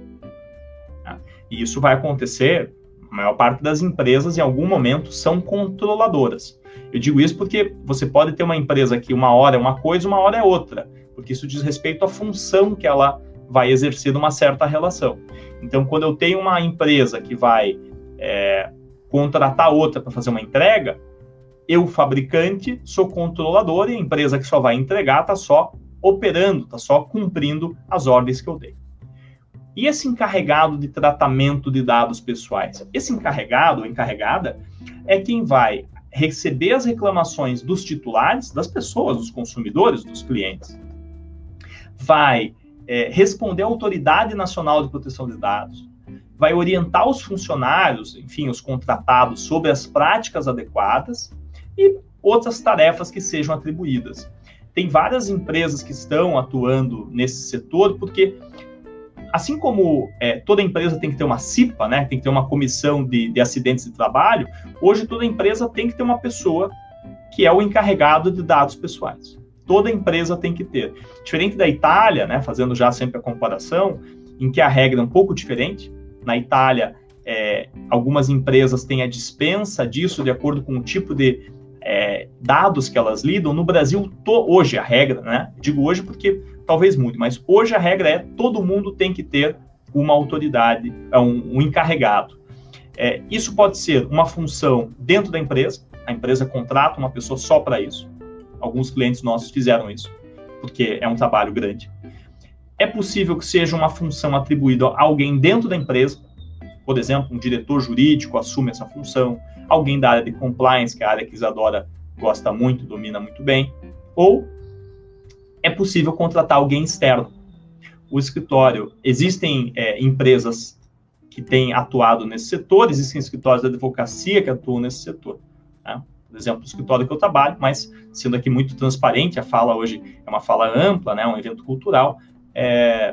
E isso vai acontecer, a maior parte das empresas, em algum momento, são controladoras. Eu digo isso porque você pode ter uma empresa que uma hora é uma coisa, uma hora é outra, porque isso diz respeito à função que ela vai exercer numa certa relação. Então, quando eu tenho uma empresa que vai é, contratar outra para fazer uma entrega, eu, fabricante, sou controlador e a empresa que só vai entregar está só operando, está só cumprindo as ordens que eu dei. E esse encarregado de tratamento de dados pessoais? Esse encarregado ou encarregada é quem vai receber as reclamações dos titulares, das pessoas, dos consumidores, dos clientes, vai é, responder à Autoridade Nacional de Proteção de Dados, vai orientar os funcionários, enfim, os contratados, sobre as práticas adequadas e outras tarefas que sejam atribuídas. Tem várias empresas que estão atuando nesse setor, porque, assim como é, toda empresa tem que ter uma CIPA, né, tem que ter uma comissão de, de acidentes de trabalho, hoje toda empresa tem que ter uma pessoa que é o encarregado de dados pessoais. Toda empresa tem que ter. Diferente da Itália, né, fazendo já sempre a comparação, em que a regra é um pouco diferente. Na Itália, é, algumas empresas têm a dispensa disso de acordo com o tipo de é, dados que elas lidam. No Brasil, to, hoje a regra, né, digo hoje porque talvez mude, mas hoje a regra é todo mundo tem que ter uma autoridade, um, um encarregado. É, isso pode ser uma função dentro da empresa, a empresa contrata uma pessoa só para isso. Alguns clientes nossos fizeram isso, porque é um trabalho grande. É possível que seja uma função atribuída a alguém dentro da empresa, por exemplo, um diretor jurídico assume essa função, alguém da área de compliance, que é a área que Isadora gosta muito, domina muito bem, ou é possível contratar alguém externo. O escritório, existem é, empresas que têm atuado nesse setor, existem escritórios de advocacia que atuam nesse setor, né? Por exemplo, o escritório que eu trabalho, mas sendo aqui muito transparente, a fala hoje é uma fala ampla, né, um evento cultural, é,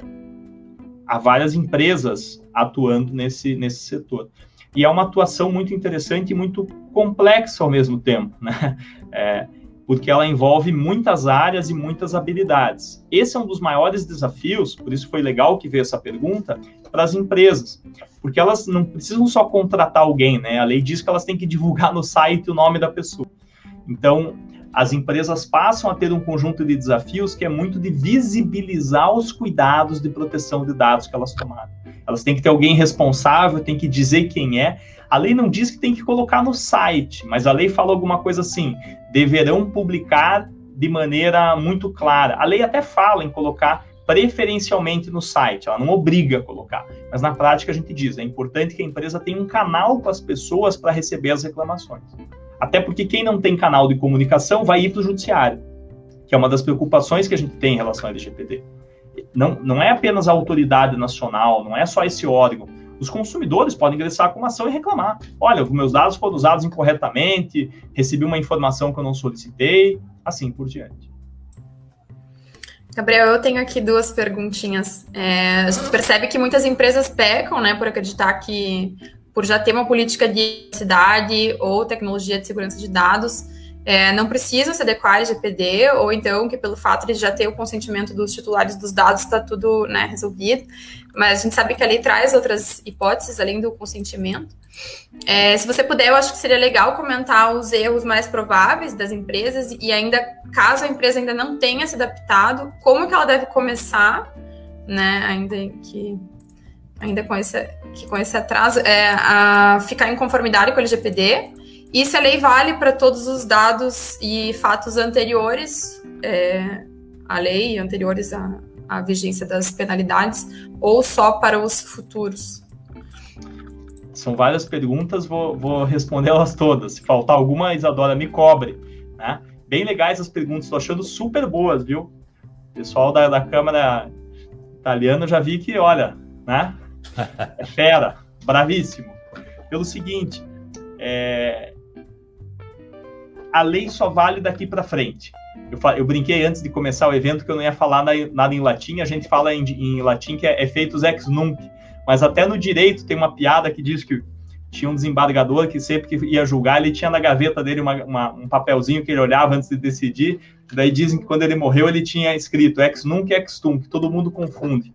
há várias empresas atuando nesse, nesse setor. E é uma atuação muito interessante e muito complexa ao mesmo tempo, né? É, porque ela envolve muitas áreas e muitas habilidades. Esse é um dos maiores desafios, por isso foi legal que veio essa pergunta, para as empresas, porque elas não precisam só contratar alguém, né? A lei diz que elas têm que divulgar no site o nome da pessoa. Então, as empresas passam a ter um conjunto de desafios que é muito de visibilizar os cuidados de proteção de dados que elas tomaram. Elas têm que ter alguém responsável, tem que dizer quem é. A lei não diz que tem que colocar no site, mas a lei fala alguma coisa assim, deverão publicar de maneira muito clara. A lei até fala em colocar preferencialmente no site, ela não obriga a colocar, mas na prática a gente diz, é importante que a empresa tenha um canal com as pessoas para receber as reclamações. Até porque quem não tem canal de comunicação vai ir para o judiciário, que é uma das preocupações que a gente tem em relação ao L G P D. Não, não é apenas a autoridade nacional, não é só esse órgão. Os consumidores podem ingressar com uma ação e reclamar. Olha, os meus dados foram usados incorretamente, recebi uma informação que eu não solicitei, assim por diante. Gabriel, eu tenho aqui duas perguntinhas. É, a gente percebe que muitas empresas pecam, né, por acreditar que, por já ter uma política de privacidade ou tecnologia de segurança de dados, é, não precisam se adequar à L G P D, ou então que pelo fato de já ter o consentimento dos titulares dos dados está tudo, né, resolvido. Mas a gente sabe que a lei traz outras hipóteses além do consentimento. É, se você puder, eu acho que seria legal comentar os erros mais prováveis das empresas e ainda, caso a empresa ainda não tenha se adaptado, como que ela deve começar, né, ainda que, ainda com esse, que com esse atraso, é, a ficar em conformidade com a L G P D, e se a lei vale para todos os dados e fatos anteriores, é, à lei, anteriores à, à vigência das penalidades, ou só para os futuros. São várias perguntas, vou, vou responder elas todas. Se faltar alguma, a Isadora me cobre, né? Bem legais as perguntas, estou achando super boas, viu? O pessoal da, da Câmara Italiana, já vi que, olha, né? É fera, bravíssimo. Pelo seguinte, é... a lei só vale daqui para frente. Eu, eu brinquei antes de começar o evento que eu não ia falar na, nada em latim, a gente fala em, em latim que é efeitos ex nunc. Mas até no direito tem uma piada que diz que tinha um desembargador que sempre que ia julgar, ele tinha na gaveta dele uma, uma, um papelzinho que ele olhava antes de decidir, daí dizem que quando ele morreu ele tinha escrito ex nunc ex tunc, todo mundo confunde.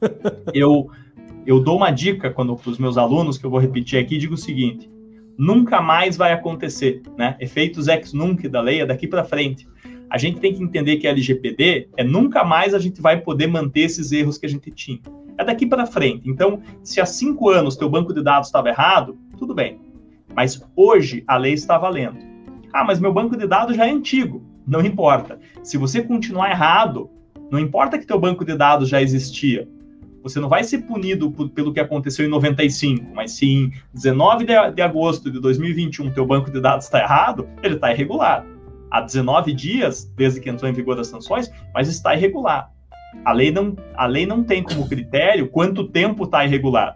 Eu, eu dou uma dica para os meus alunos, que eu vou repetir aqui, digo o seguinte, nunca mais vai acontecer, né? Efeitos ex nunc da lei é daqui para frente. A gente tem que entender que a L G P D é nunca mais a gente vai poder manter esses erros que a gente tinha. É daqui para frente. Então, se há cinco anos teu banco de dados estava errado, tudo bem. Mas hoje a lei está valendo. Ah, mas meu banco de dados já é antigo. Não importa. Se você continuar errado, não importa que teu banco de dados já existia. Você não vai ser punido por, pelo que aconteceu em noventa e cinco, mas se em dezenove de agosto de dois mil e vinte e um teu banco de dados está errado, ele está irregular. Há dezenove dias, desde que entrou em vigor as sanções, mas está irregular. A lei não, a lei não tem como critério quanto tempo está irregular.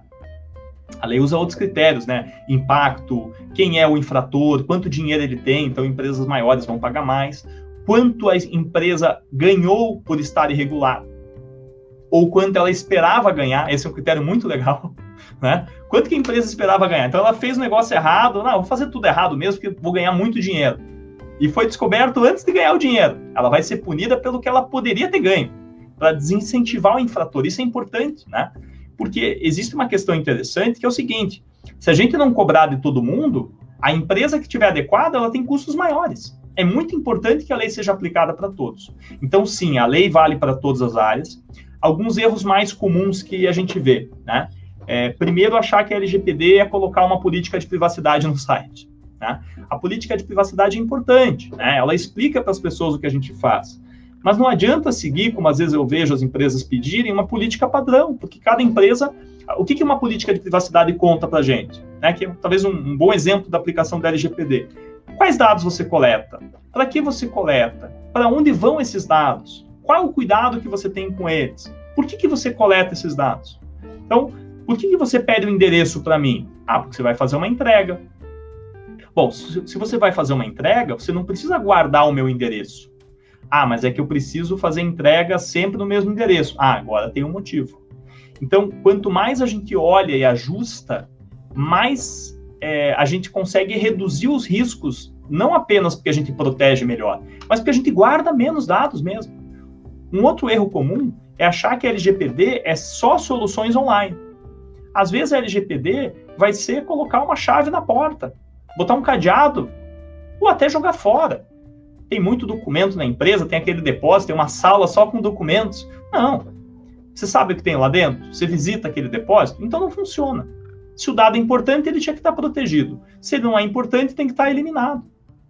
A lei usa outros critérios, né? Impacto, quem é o infrator, quanto dinheiro ele tem, então empresas maiores vão pagar mais, quanto a empresa ganhou por estar irregular, ou quanto ela esperava ganhar, esse é um critério muito legal, né? Quanto que a empresa esperava ganhar? Então ela fez o negócio errado, não, vou fazer tudo errado mesmo, porque vou ganhar muito dinheiro. E foi descoberto antes de ganhar o dinheiro. Ela vai ser punida pelo que ela poderia ter ganho, para desincentivar o infrator. Isso é importante, né? Porque existe uma questão interessante que é o seguinte, se a gente não cobrar de todo mundo, a empresa que estiver adequada, ela tem custos maiores. É muito importante que a lei seja aplicada para todos. Então, sim, a lei vale para todas as áreas. Alguns erros mais comuns que a gente vê, né? É, primeiro, achar que a L G P D é colocar uma política de privacidade no site, né? A política de privacidade é importante, né? Ela explica para as pessoas o que a gente faz. Mas não adianta seguir, como às vezes eu vejo as empresas pedirem, uma política padrão, porque cada empresa... O que, que uma política de privacidade conta para a gente? Né? Que é talvez um, um bom exemplo da aplicação da L G P D. Quais dados você coleta? Para que você coleta? Para onde vão esses dados? Qual é o cuidado que você tem com eles? Por que, que você coleta esses dados? Então, por que, que você pede o endereço para mim? Ah, porque você vai fazer uma entrega. Bom, se, se você vai fazer uma entrega, você não precisa guardar o meu endereço. Ah, mas é que eu preciso fazer entrega sempre no mesmo endereço. Ah, agora tem um motivo. Então, quanto mais a gente olha e ajusta, mais é, a gente consegue reduzir os riscos, não apenas porque a gente protege melhor, mas porque a gente guarda menos dados mesmo. Um outro erro comum é achar que a L G P D é só soluções online. Às vezes a L G P D vai ser colocar uma chave na porta, botar um cadeado, ou até jogar fora. Tem muito documento na empresa, tem aquele depósito, tem uma sala só com documentos. Não. Você sabe o que tem lá dentro? Você visita aquele depósito? Então não funciona. Se o dado é importante, ele tinha que estar protegido. Se ele não é importante, tem que estar eliminado.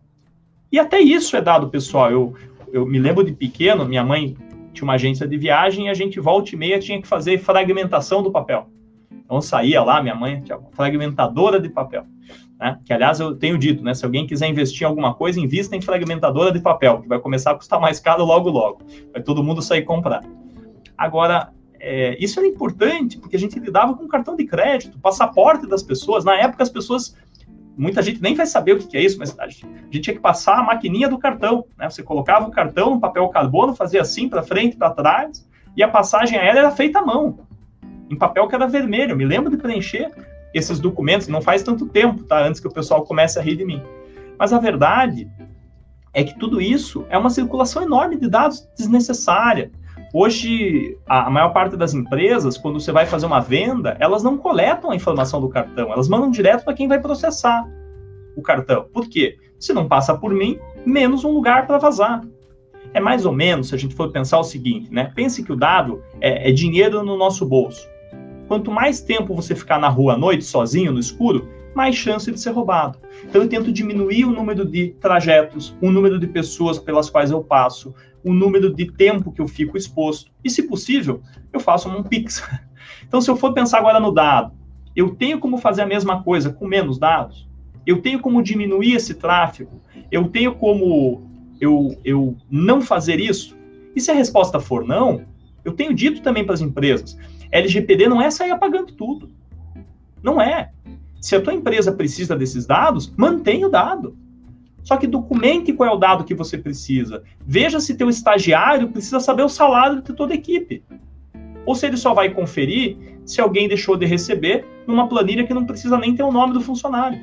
E até isso é dado pessoal. Eu, eu me lembro de pequeno, minha mãe tinha uma agência de viagem e a gente volta e meia tinha que fazer fragmentação do papel. Então saía lá, minha mãe tinha uma fragmentadora de papel. Né? Que, aliás, eu tenho dito, né? Se alguém quiser investir em alguma coisa, invista em fragmentadora de papel, que vai começar a custar mais caro logo, logo. Vai todo mundo sair comprar. Agora, é, isso era importante, porque a gente lidava com cartão de crédito, passaporte das pessoas. Na época, as pessoas muita gente nem vai saber o que é isso, mas a gente, a gente tinha que passar a maquininha do cartão, né? Você colocava o cartão no papel carbono, fazia assim para frente, para trás, e a passagem aérea era feita à mão, em papel que era vermelho. Eu me lembro de preencher esses documentos, não faz tanto tempo, tá? Antes que o pessoal comece a rir de mim. Mas a verdade é que tudo isso é uma circulação enorme de dados desnecessária. Hoje, a maior parte das empresas, quando você vai fazer uma venda, elas não coletam a informação do cartão, elas mandam direto para quem vai processar o cartão. Por quê? Se não passa por mim, menos um lugar para vazar. É mais ou menos, se a gente for pensar o seguinte, né? Pense que o dado é, é dinheiro no nosso bolso. Quanto mais tempo você ficar na rua à noite, sozinho, no escuro, mais chance de ser roubado. Então eu tento diminuir o número de trajetos, o número de pessoas pelas quais eu passo, o número de tempo que eu fico exposto. E, se possível, eu faço um Pix. Então, se eu for pensar agora no dado, eu tenho como fazer a mesma coisa com menos dados? Eu tenho como diminuir esse tráfego? Eu tenho como eu, eu não fazer isso? E se a resposta for não, eu tenho dito também para as empresas, L G P D não é sair apagando tudo. Não é. Se a tua empresa precisa desses dados, mantenha o dado. Só que documente qual é o dado que você precisa. Veja se teu estagiário precisa saber o salário de toda a equipe. Ou se ele só vai conferir se alguém deixou de receber numa planilha que não precisa nem ter o nome do funcionário.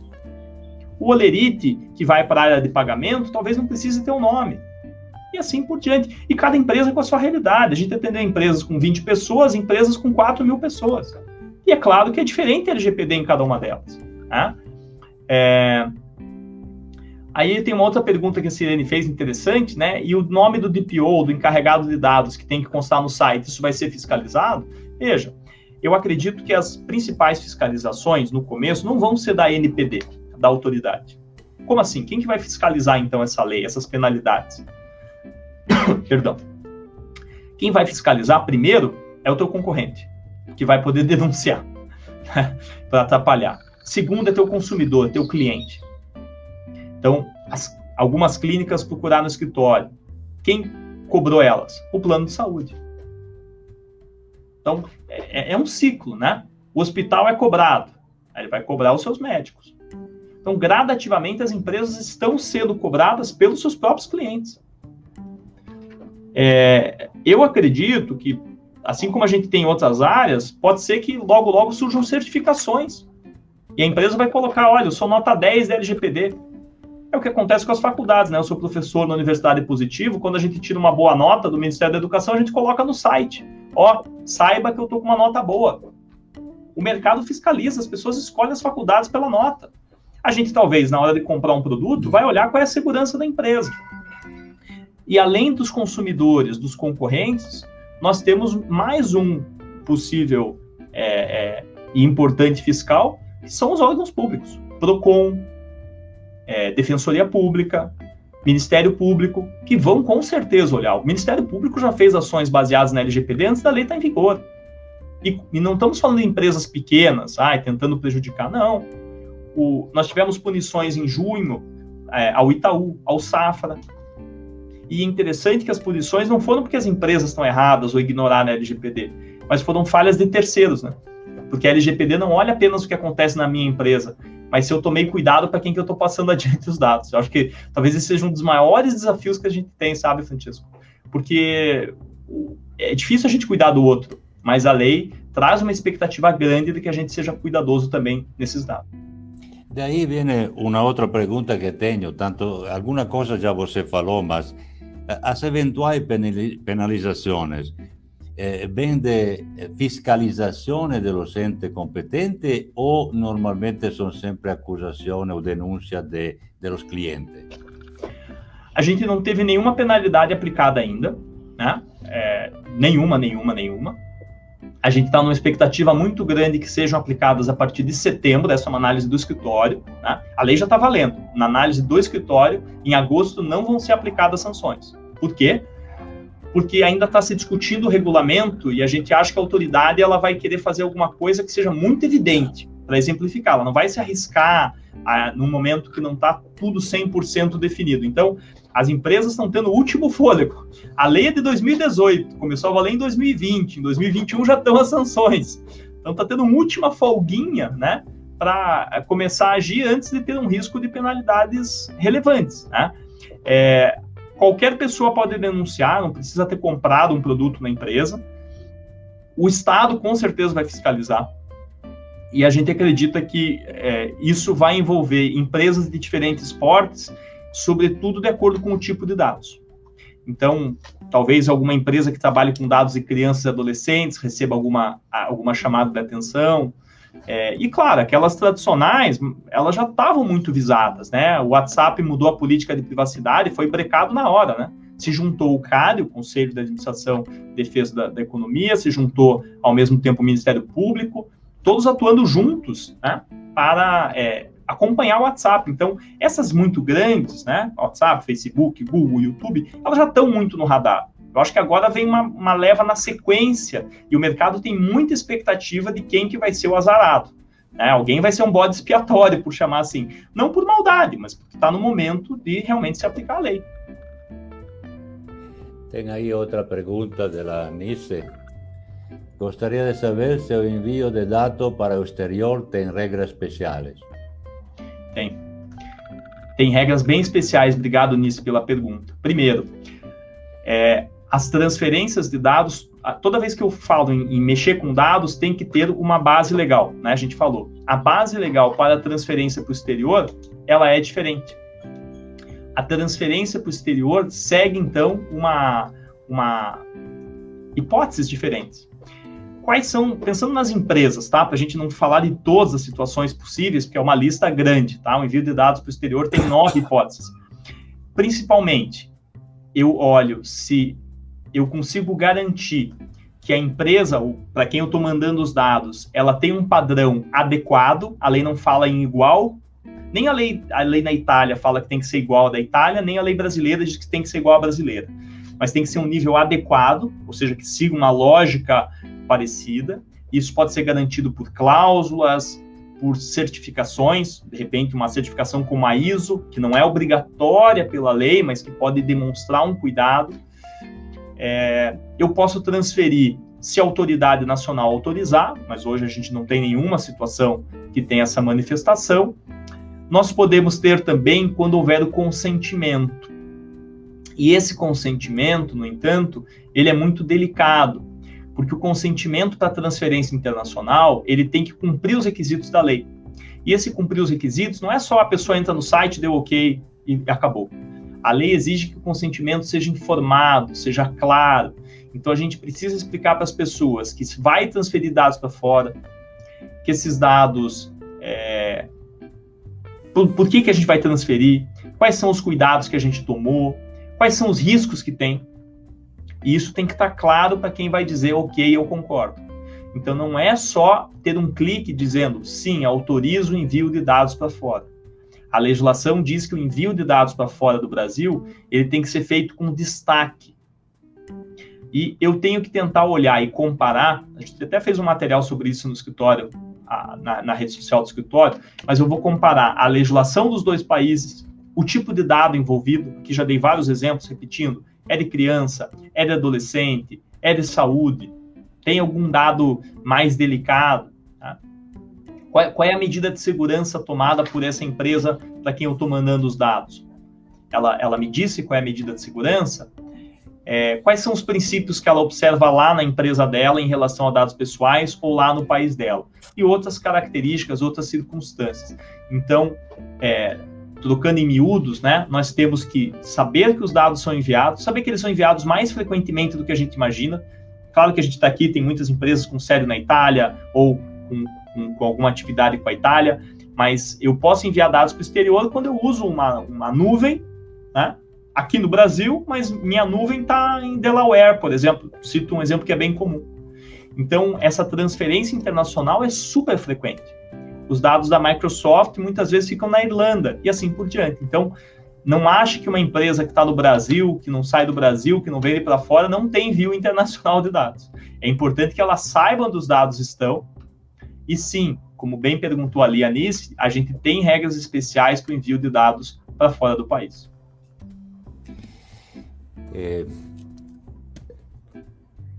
O olerite, que vai para a área de pagamento, talvez não precise ter um nome. E assim por diante. E cada empresa com a sua realidade. A gente atendeu empresas com vinte pessoas, empresas com quatro mil pessoas. E é claro que é diferente a L G P D em cada uma delas. Né? É... Aí tem uma outra pergunta que a Sirene fez, interessante, né? E o nome do D P O, do encarregado de dados, que tem que constar no site, isso vai ser fiscalizado? Veja, eu acredito que as principais fiscalizações, no começo, não vão ser da N P D, da autoridade. Como assim? Quem que vai fiscalizar, então, essa lei, essas penalidades? Perdão. Quem vai fiscalizar primeiro é o teu concorrente, que vai poder denunciar para atrapalhar. Segundo é teu consumidor, teu cliente. Então, as, algumas clínicas procuraram no escritório. Quem cobrou elas? O plano de saúde. Então, é, é um ciclo, né? O hospital é cobrado, aí ele vai cobrar os seus médicos. Então, gradativamente, as empresas estão sendo cobradas pelos seus próprios clientes. É, eu acredito que, assim como a gente tem em outras áreas, pode ser que logo, logo surjam certificações. E a empresa vai colocar, olha, eu sou nota dez da L G P D. É o que acontece com as faculdades, né? Eu sou professor na Universidade Positivo, quando a gente tira uma boa nota do Ministério da Educação, a gente coloca no site. Ó, saiba que eu tô com uma nota boa. O mercado fiscaliza, as pessoas escolhem as faculdades pela nota. A gente, talvez, na hora de comprar um produto, vai olhar qual é a segurança da empresa. E além dos consumidores, dos concorrentes, nós temos mais um possível é, é, e importante fiscal, que são os órgãos públicos. PROCON, É, Defensoria Pública, Ministério Público, que vão com certeza olhar. O Ministério Público já fez ações baseadas na L G P D antes da lei estar em vigor. E, e não estamos falando de empresas pequenas, ai, tentando prejudicar, não. O, nós tivemos punições em junho é, ao Itaú, ao Safra. E é interessante que as punições não foram porque as empresas estão erradas ou ignoraram a L G P D, mas foram falhas de terceiros, né? Porque a L G P D não olha apenas o que acontece na minha empresa, mas se eu tomei cuidado para quem que eu estou passando adiante os dados. Eu acho que talvez esse seja um dos maiores desafios que a gente tem, sabe, Francisco? Porque é difícil a gente cuidar do outro, mas a lei traz uma expectativa grande de que a gente seja cuidadoso também nesses dados. Daí vem uma outra pergunta que tenho, tanto alguma coisa já você falou, mas as eventuais penalizações Eh, vem de fiscalizazione dello ente competente ou normalmente são sempre acusazione ou denúncia de, de los clientes? A gente não teve nenhuma penalidade aplicada ainda, né? É, nenhuma, nenhuma, nenhuma. A gente está numa expectativa muito grande que sejam aplicadas a partir de setembro, essa é uma análise do escritório, né? A lei já está valendo. Na análise do escritório, em agosto não vão ser aplicadas sanções. Por quê? Porque ainda está se discutindo o regulamento e a gente acha que a autoridade ela vai querer fazer alguma coisa que seja muito evidente para exemplificar. Ela não vai se arriscar a, num momento que não está tudo cem por cento definido. Então, as empresas estão tendo o último fôlego. A lei é de dois mil e dezoito, começou a valer em dois mil e vinte, em dois mil e vinte e um já estão as sanções. Então, está tendo uma última folguinha, né, para começar a agir antes de ter um risco de penalidades relevantes, né? É, qualquer pessoa pode denunciar, não precisa ter comprado um produto na empresa. O Estado com certeza vai fiscalizar. E a gente acredita que é, isso vai envolver empresas de diferentes portes, sobretudo de acordo com o tipo de dados. Então, talvez alguma empresa que trabalhe com dados de crianças e adolescentes receba alguma, alguma chamada de atenção. É, e, claro, aquelas tradicionais, elas já estavam muito visadas, né? O WhatsApp mudou a política de privacidade e foi brecado na hora, né? Se juntou o C A D, o Conselho de Administração e Defesa da, da Economia, se juntou, ao mesmo tempo, o Ministério Público, todos atuando juntos, né, para é, acompanhar o WhatsApp. Então, essas muito grandes, né, WhatsApp, Facebook, Google, YouTube, elas já estão muito no radar. Eu acho que agora vem uma, uma leva na sequência e o mercado tem muita expectativa de quem que vai ser o azarado. Né? Alguém vai ser um bode expiatório, por chamar assim. Não por maldade, mas porque está no momento de realmente se aplicar a lei. Tem aí outra pergunta da Nice. Gostaria de saber se o envio de dados para o exterior tem regras especiais. Tem. Tem regras bem especiais. Obrigado, Nice, pela pergunta. Primeiro, é, as transferências de dados, toda vez que eu falo em, em mexer com dados, tem que ter uma base legal, né? A gente falou. A base legal para a transferência para o exterior, ela é diferente. A transferência para o exterior segue, então, uma, uma hipóteses diferentes. Quais são, pensando nas empresas, tá? Para a gente não falar de todas as situações possíveis, porque é uma lista grande, tá? O envio de dados para o exterior tem nove hipóteses. Principalmente, eu olho se eu consigo garantir que a empresa, para quem eu estou mandando os dados, ela tem um padrão adequado, a lei não fala em igual, nem a lei, a lei na Itália fala que tem que ser igual à da Itália, nem a lei brasileira diz que tem que ser igual à brasileira. Mas tem que ser um nível adequado, ou seja, que siga uma lógica parecida. Isso pode ser garantido por cláusulas, por certificações, de repente uma certificação como a I S O, que não é obrigatória pela lei, mas que pode demonstrar um cuidado. É, eu posso transferir se a autoridade nacional autorizar, mas hoje a gente não tem nenhuma situação que tenha essa manifestação. Nós podemos ter também quando houver o consentimento. E esse consentimento, no entanto, ele é muito delicado, porque o consentimento para transferência internacional, ele tem que cumprir os requisitos da lei. E esse cumprir os requisitos não é só a pessoa entra no site, deu ok e acabou. A lei exige que o consentimento seja informado, seja claro. Então a gente precisa explicar para as pessoas que se vai transferir dados para fora, que esses dados, é, por, por que que a gente vai transferir, quais são os cuidados que a gente tomou, quais são os riscos que tem. E isso tem que estar claro para quem vai dizer, ok, eu concordo. Então, não é só ter um clique dizendo, sim, autorizo o envio de dados para fora. A legislação diz que o envio de dados para fora do Brasil, ele tem que ser feito com destaque. E eu tenho que tentar olhar e comparar, a gente até fez um material sobre isso no escritório, na, na rede social do escritório, mas eu vou comparar a legislação dos dois países, o tipo de dado envolvido, que já dei vários exemplos, repetindo, é de criança, é de adolescente, é de saúde, tem algum dado mais delicado? Tá? Qual, qual é a medida de segurança tomada por essa empresa para quem eu estou mandando os dados? Ela, ela me disse qual é a medida de segurança? É, quais são os princípios que ela observa lá na empresa dela em relação a dados pessoais ou lá no país dela? E outras características, outras circunstâncias. Então, é, trocando em miúdos, né, nós temos que saber que os dados são enviados, saber que eles são enviados mais frequentemente do que a gente imagina. Claro que a gente está aqui, tem muitas empresas com sede na Itália ou com, com, com alguma atividade com a Itália, mas eu posso enviar dados para o exterior quando eu uso uma, uma nuvem, né, aqui no Brasil, mas minha nuvem está em Delaware, por exemplo. Cito um exemplo que é bem comum. Então, essa transferência internacional é super frequente. Os dados da Microsoft muitas vezes ficam na Irlanda e assim por diante. Então, não ache que uma empresa que está no Brasil, que não sai do Brasil, que não vende para fora, não tem envio internacional de dados. É importante que ela saiba onde os dados estão. E sim, como bem perguntou ali a Nice, a gente tem regras especiais para o envio de dados para fora do país. É...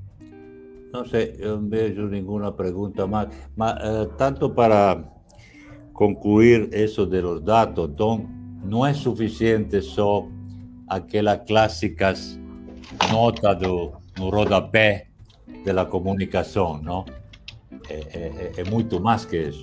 Não sei, eu não vejo nenhuma pergunta mais, mas uh, tanto para concluir isso de los dados. Então, não é suficiente só aquelas clássicas notas do, no rodapé da comunicação, não? É, é, é muito mais que isso.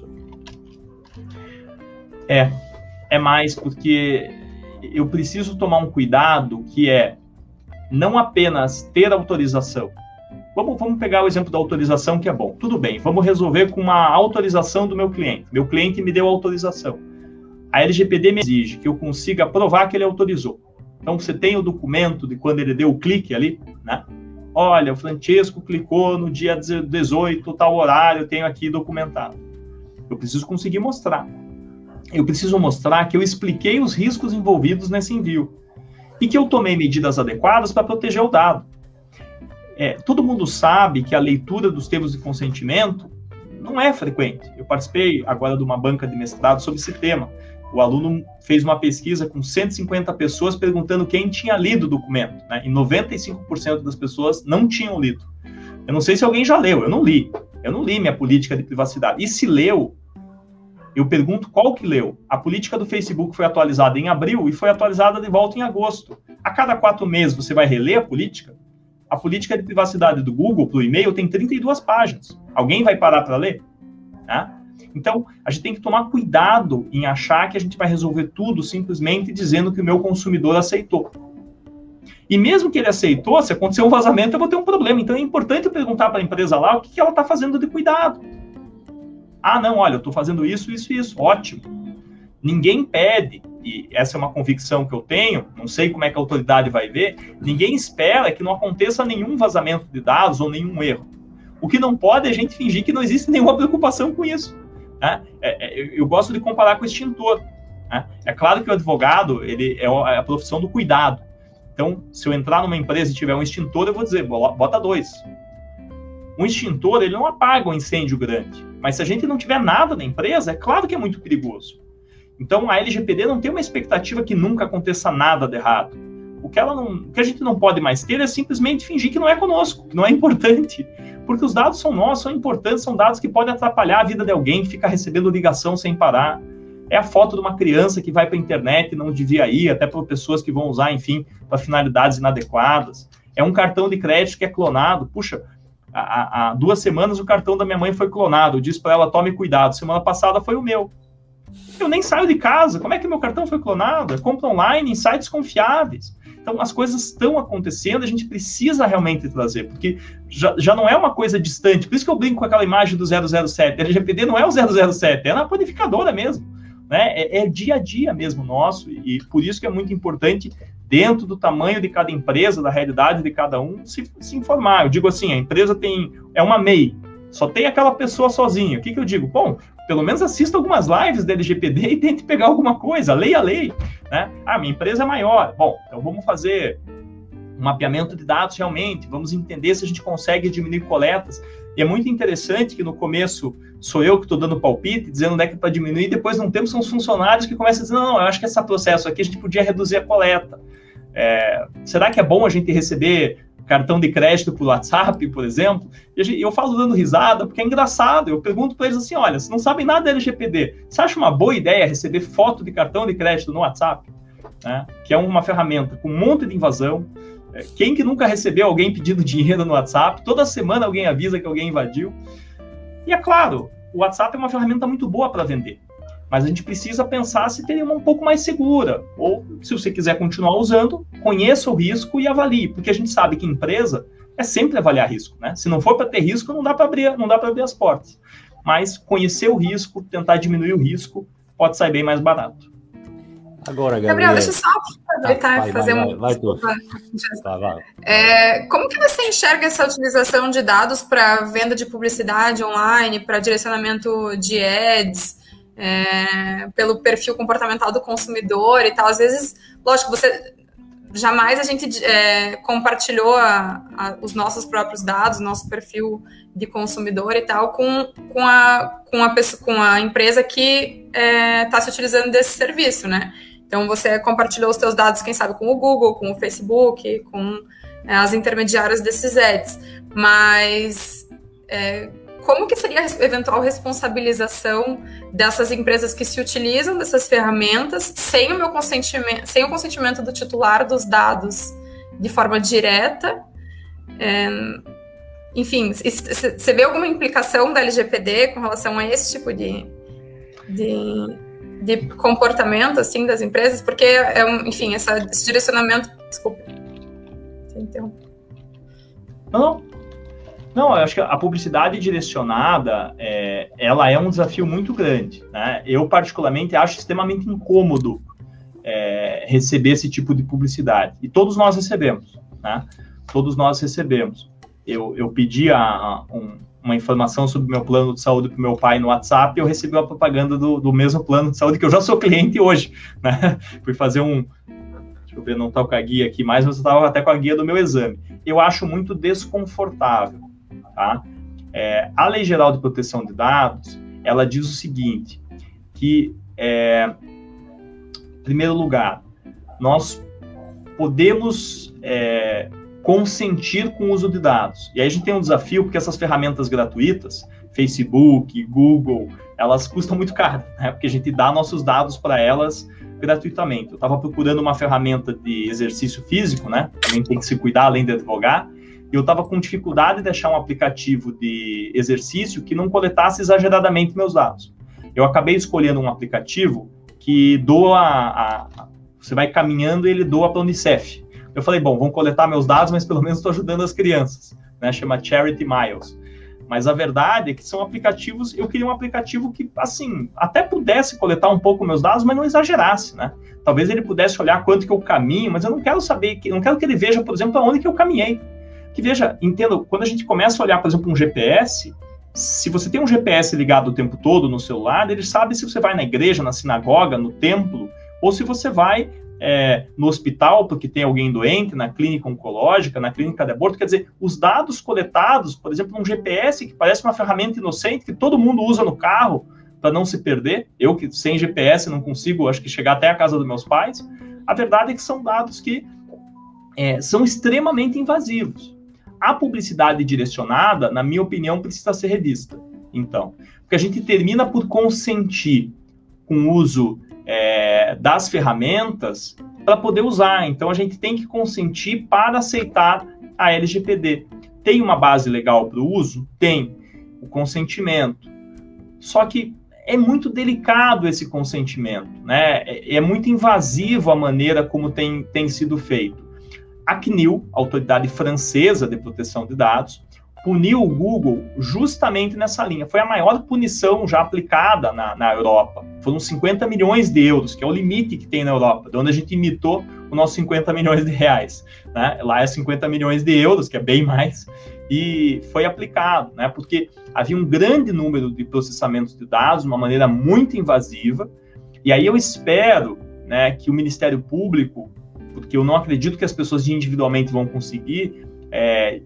É, é mais porque eu preciso tomar um cuidado que é não apenas ter autorização. Vamos, vamos pegar o exemplo da autorização, que é bom. Tudo bem, vamos resolver com uma autorização do meu cliente. Meu cliente me deu autorização. A L G P D me exige que eu consiga provar que ele autorizou. Então, você tem o documento de quando ele deu o clique ali, né? Olha, o Francesco clicou no dia dezoito, tal horário, eu tenho aqui documentado. Eu preciso conseguir mostrar. Eu preciso mostrar que eu expliquei os riscos envolvidos nesse envio e que eu tomei medidas adequadas para proteger o dado. É, todo mundo sabe que a leitura dos termos de consentimento não é frequente. Eu participei agora de uma banca de mestrado sobre esse tema. O aluno fez uma pesquisa com cento e cinquenta pessoas perguntando quem tinha lido o documento, né? E noventa e cinco por cento das pessoas não tinham lido. Eu não sei se alguém já leu, eu não li. Eu não li minha política de privacidade. E se leu, eu pergunto qual que leu. A política do Facebook foi atualizada em abril e foi atualizada de volta em agosto. A cada quatro meses você vai reler a política? A política de privacidade do Google para o e-mail tem trinta e duas páginas. Alguém vai parar para ler? Né? Então, a gente tem que tomar cuidado em achar que a gente vai resolver tudo simplesmente dizendo que o meu consumidor aceitou. E mesmo que ele aceitou, se acontecer um vazamento, eu vou ter um problema. Então, é importante eu perguntar para a empresa lá o que ela está fazendo de cuidado. Ah, não, olha, eu estou fazendo isso, isso e isso. Ótimo. Ninguém pede, e essa é uma convicção que eu tenho, não sei como é que a autoridade vai ver, ninguém espera que não aconteça nenhum vazamento de dados ou nenhum erro. O que não pode é a gente fingir que não existe nenhuma preocupação com isso. Né? É, é, eu gosto de comparar com o extintor. Né? É claro que o advogado ele é a profissão do cuidado. Então, se eu entrar numa empresa e tiver um extintor, eu vou dizer, bota dois. Um extintor, ele não apaga um incêndio grande. Mas se a gente não tiver nada na empresa, é claro que é muito perigoso. Então, a L G P D não tem uma expectativa que nunca aconteça nada de errado. O que, ela não, o que a gente não pode mais ter é simplesmente fingir que não é conosco, que não é importante. Porque os dados são nossos, são importantes, são dados que podem atrapalhar a vida de alguém que fica recebendo ligação sem parar. É a foto de uma criança que vai para a internet e não devia ir, até para pessoas que vão usar, enfim, para finalidades inadequadas. É um cartão de crédito que é clonado. Puxa, há, há duas semanas o cartão da minha mãe foi clonado. Eu disse para ela, tome cuidado. Semana passada foi o meu. Eu nem saio de casa. Como é que meu cartão foi clonado? Eu compro online em sites confiáveis. Então, as coisas estão acontecendo, a gente precisa realmente trazer, porque já, já não é uma coisa distante. Por isso que eu brinco com aquela imagem do zero zero sete. A L G P D não é o zero zero sete, é na codificadora mesmo. Né? É, é dia a dia mesmo nosso, e por isso que é muito importante, dentro do tamanho de cada empresa, da realidade de cada um, se, se informar. Eu digo assim, a empresa tem, é uma M E I, só tem aquela pessoa sozinha. O que, que eu digo? Bom, pelo menos assista algumas lives da L G P D e tente pegar alguma coisa, leia a lei. Né? Ah, minha empresa é maior. Bom, então vamos fazer um mapeamento de dados realmente, vamos entender se a gente consegue diminuir coletas. E é muito interessante que no começo sou eu que estou dando palpite, dizendo onde é que é para diminuir, e depois não temos, são os funcionários que começam a dizer, não, não, eu acho que esse processo aqui a gente podia reduzir a coleta. É, será que é bom a gente receber cartão de crédito por WhatsApp, por exemplo? E eu falo dando risada, porque é engraçado. Eu pergunto para eles assim, olha, vocês não sabem nada da L G P D. Você acha uma boa ideia receber foto de cartão de crédito no WhatsApp? Né? Que é uma ferramenta com um monte de invasão. Quem que nunca recebeu alguém pedindo dinheiro no WhatsApp? Toda semana alguém avisa que alguém invadiu. E é claro, o WhatsApp é uma ferramenta muito boa para vender. Mas a gente precisa pensar se tem uma um pouco mais segura. Ou, se você quiser continuar usando, conheça o risco e avalie. Porque a gente sabe que empresa é sempre avaliar risco. Né? Se não for para ter risco, não dá para abrir, não dá para abrir as portas. Mas conhecer o risco, tentar diminuir o risco, pode sair bem mais barato. Agora, Gabriel, Gabriel, deixa eu só aproveitar ah, e fazer vai, uma... vai, vai, vai, vai. É, como que você enxerga essa utilização de dados para venda de publicidade online, para direcionamento de ads, é, pelo perfil comportamental do consumidor e tal? Às vezes, lógico, você... Jamais a gente é, compartilhou a, a, os nossos próprios dados, nosso perfil de consumidor e tal, com, com, a, com, a, pessoa, com a empresa que está é, se utilizando desse serviço, né? Então, você compartilhou os seus dados, quem sabe, com o Google, com o Facebook, com é, as intermediárias desses ads. Mas, é, como que seria a eventual responsabilização dessas empresas que se utilizam dessas ferramentas sem o meu consentimento, sem o consentimento do titular dos dados de forma direta? É, enfim, você vê alguma implicação da L G P D com relação a esse tipo de, de, de comportamento, assim, das empresas? Porque, é um, enfim, essa, esse direcionamento... Desculpa. Você interrompeu. Não, não, eu acho que a publicidade direcionada, é, ela é um desafio muito grande, né? Eu, particularmente, acho extremamente incômodo é, receber esse tipo de publicidade. E todos nós recebemos, né? Todos nós recebemos. Eu, eu pedi a, a, um, uma informação sobre o meu plano de saúde para o meu pai no WhatsApp e eu recebi a propaganda do, do mesmo plano de saúde, que eu já sou cliente hoje, né? Fui fazer um... Deixa eu ver, não está com a guia aqui mais, mas eu estava até com a guia do meu exame. Eu acho muito desconfortável, tá? É, a Lei Geral de Proteção de Dados, ela diz o seguinte, que, é, em primeiro lugar, nós podemos é, consentir com o uso de dados. E aí a gente tem um desafio, porque essas ferramentas gratuitas, Facebook, Google, elas custam muito caro, né? Porque a gente dá nossos dados para elas gratuitamente. Eu estava procurando uma ferramenta de exercício físico, né? Também tem que se cuidar além de advogar. E eu estava com dificuldade de achar um aplicativo de exercício que não coletasse exageradamente meus dados. Eu acabei escolhendo um aplicativo que doa, a, a, você vai caminhando e ele doa para a Unicef. Eu falei, bom, vão coletar meus dados, mas pelo menos estou ajudando as crianças, né? Chama Charity Miles. Mas a verdade é que são aplicativos, eu queria um aplicativo que, assim, até pudesse coletar um pouco meus dados, mas não exagerasse, né? Talvez ele pudesse olhar quanto que eu caminho, mas eu não quero saber, eu não quero que ele veja, por exemplo, aonde que eu caminhei. Que veja, entenda, quando a gente começa a olhar, por exemplo, um G P S, se você tem um G P S ligado o tempo todo no celular, ele sabe se você vai na igreja, na sinagoga, no templo, ou se você vai é, no hospital porque tem alguém doente, na clínica oncológica, na clínica de aborto. Quer dizer, os dados coletados, por exemplo, um G P S, que parece uma ferramenta inocente, que todo mundo usa no carro para não se perder. Eu, que sem G P S não consigo, acho que chegar até a casa dos meus pais. A verdade é que são dados que é, são extremamente invasivos. A publicidade direcionada, na minha opinião, precisa ser revista. Então, porque a gente termina por consentir com o uso é, das ferramentas para poder usar. Então, a gente tem que consentir para aceitar a L G P D. Tem uma base legal para o uso? Tem. O consentimento. Só que é muito delicado esse consentimento, né? É, é muito invasivo a maneira como tem, tem sido feito. A C N I L, a Autoridade Francesa de Proteção de Dados, puniu o Google justamente nessa linha. Foi a maior punição já aplicada na, na Europa. Foram cinquenta milhões de euros, que é o limite que tem na Europa, de onde a gente imitou os nossos cinquenta milhões de reais. Né? Lá é cinquenta milhões de euros, que é bem mais, e foi aplicado, né? Porque havia um grande número de processamentos de dados, de uma maneira muito invasiva, e aí eu espero, né, que o Ministério Público, porque eu não acredito que as pessoas individualmente vão conseguir, é,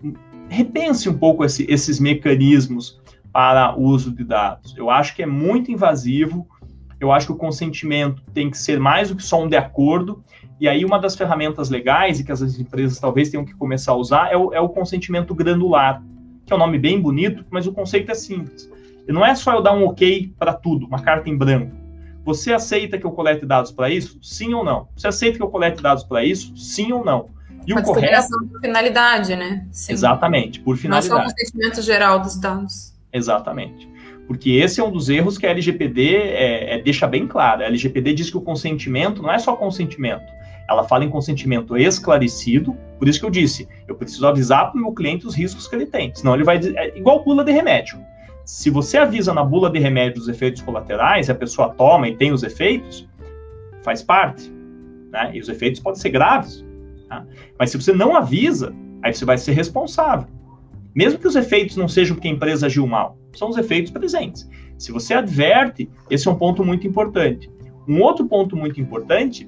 repense um pouco esse, esses mecanismos para o uso de dados. Eu acho que é muito invasivo, eu acho que o consentimento tem que ser mais do que só um de acordo, e aí uma das ferramentas legais, e que as empresas talvez tenham que começar a usar, é o, é o consentimento granular, que é um nome bem bonito, mas o conceito é simples. E não é só eu dar um ok para tudo, uma carta em branco. Você aceita que eu colete dados para isso? Sim ou não? Você aceita que eu colete dados para isso? Sim ou não? E Pode o correto... por finalidade, né? Sim. Exatamente, por finalidade. Não só o consentimento geral dos dados. Exatamente. Porque esse é um dos erros que a L G P D é, é, deixa bem claro. A L G P D diz que o consentimento não é só consentimento. Ela fala em consentimento esclarecido, por isso que eu disse, eu preciso avisar para o meu cliente os riscos que ele tem. Senão ele vai... É igual bula de remédio. Se você avisa na bula de remédio os efeitos colaterais, e a pessoa toma e tem os efeitos, faz parte, né? E os efeitos podem ser graves. Tá? Mas se você não avisa, aí você vai ser responsável. Mesmo que os efeitos não sejam porque a empresa agiu mal, são os efeitos presentes. Se você adverte, esse é um ponto muito importante. Um outro ponto muito importante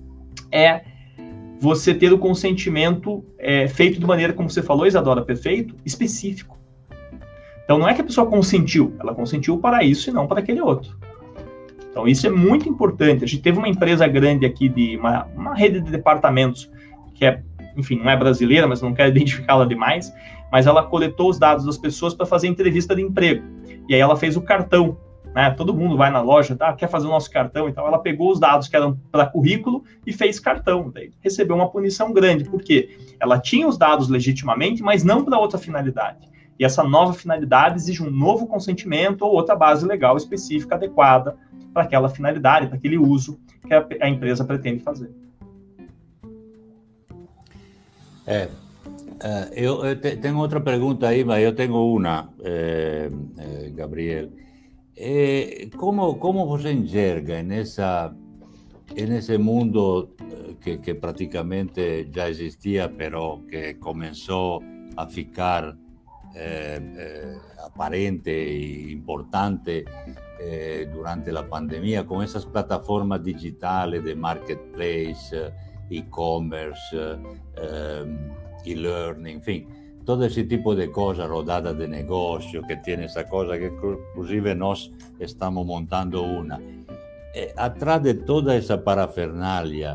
é você ter o consentimento é, feito de maneira, como você falou, Isadora, perfeito, específico. Então, não é que a pessoa consentiu, ela consentiu para isso e não para aquele outro. Então, isso é muito importante. A gente teve uma empresa grande aqui, de uma, uma rede de departamentos, que é, enfim, não é brasileira, mas não quero identificá-la demais, mas ela coletou os dados das pessoas para fazer entrevista de emprego. E aí ela fez o cartão, né? Todo mundo vai na loja, tá? Quer fazer o nosso cartão e tal. Ela pegou os dados que eram para currículo e fez cartão. Daí recebeu uma punição grande, porque ela tinha os dados legitimamente, mas não para outra finalidade. E essa nova finalidade exige um novo consentimento ou outra base legal específica adequada para aquela finalidade, para aquele uso que a, a empresa pretende fazer. É, eu, eu te, tenho outra pergunta aí, mas eu tenho uma, eh, eh, Gabriel. Eh, como, como você enxerga nessa, nesse mundo que, que praticamente já existia, pero que começou a ficar eh, eh, aparente e importante eh, durante a pandemia, com essas plataformas digitais de marketplace, e-commerce, e-learning, enfim, todo esse tipo de coisa, rodada de negócio, que tem essa coisa que inclusive nós estamos montando uma. Eh, atrás de toda essa parafernália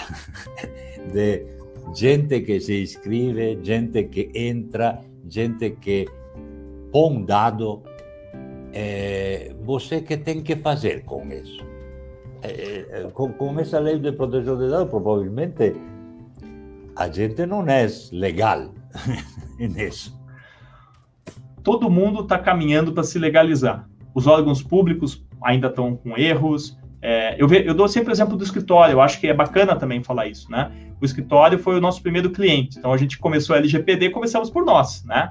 de gente que se inscreve, gente que entra, gente que põe dado, eh, você que tem que fazer com isso? Eh, com, com essa lei de proteção de dados, provavelmente a gente não é legal nisso. Todo mundo está caminhando para se legalizar. Os órgãos públicos ainda estão com erros. É, eu, ve, eu dou sempre o exemplo do escritório, eu acho que é bacana também falar isso, né? O escritório foi o nosso primeiro cliente, então a gente começou a L G P D, começamos por nós, né?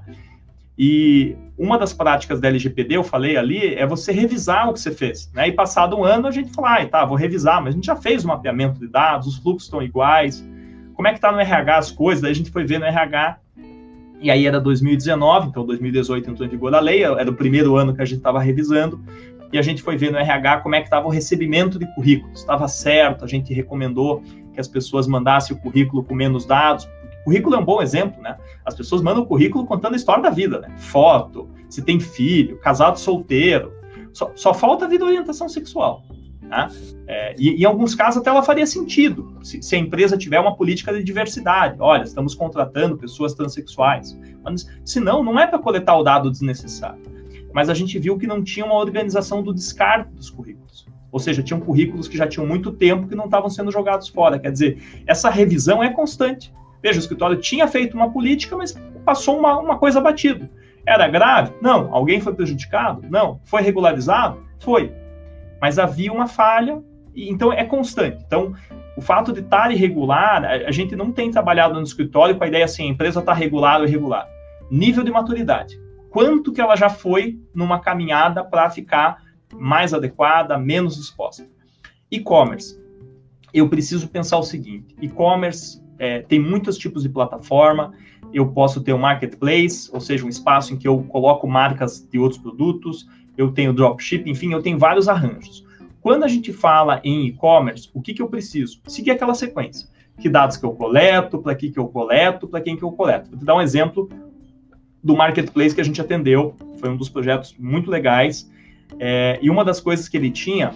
E uma das práticas da L G P D, eu falei ali, é você revisar o que você fez, né? E passado um ano a gente fala, ah, tá, vou revisar, mas a gente já fez o mapeamento de dados, os fluxos estão iguais, como é que tá no R H as coisas? Daí a gente foi ver no R H, e aí era dois mil e dezenove, então dois mil e dezoito entrou em vigor a lei, era o primeiro ano que a gente estava revisando, e a gente foi ver no R H como é que estava o recebimento de currículos, estava certo, a gente recomendou que as pessoas mandassem o currículo com menos dados. O currículo é um bom exemplo, né? As pessoas mandam o currículo contando a história da vida, né? Foto, se tem filho, casado, solteiro. Só, só falta a vida de orientação sexual, né? É, e, em alguns casos até ela faria sentido, se, se a empresa tiver uma política de diversidade. Olha, estamos contratando pessoas transexuais. Mas, se não, não é para coletar o dado desnecessário. Mas a gente viu que não tinha uma organização do descarte dos currículos. Ou seja, tinham currículos que já tinham muito tempo que não estavam sendo jogados fora. Quer dizer, essa revisão é constante. Veja, o escritório tinha feito uma política, mas passou uma, uma coisa batida. Era grave? Não. Alguém foi prejudicado? Não. Foi regularizado? Foi. Mas havia uma falha, e, então é constante. Então, o fato de estar irregular, a, a gente não tem trabalhado no escritório com a ideia assim, a empresa está regular ou irregular. Nível de maturidade. Quanto que ela já foi numa caminhada para ficar mais adequada, menos exposta. E-commerce. Eu preciso pensar o seguinte, e-commerce é, tem muitos tipos de plataforma, eu posso ter um marketplace, ou seja, um espaço em que eu coloco marcas de outros produtos, eu tenho dropship, enfim, eu tenho vários arranjos. Quando a gente fala em e-commerce, o que, que eu preciso? Seguir aquela sequência. Que dados que eu coleto, para que, que eu coleto, para quem que eu coleto. Vou te dar um exemplo do marketplace que a gente atendeu, foi um dos projetos muito legais, é, e uma das coisas que ele tinha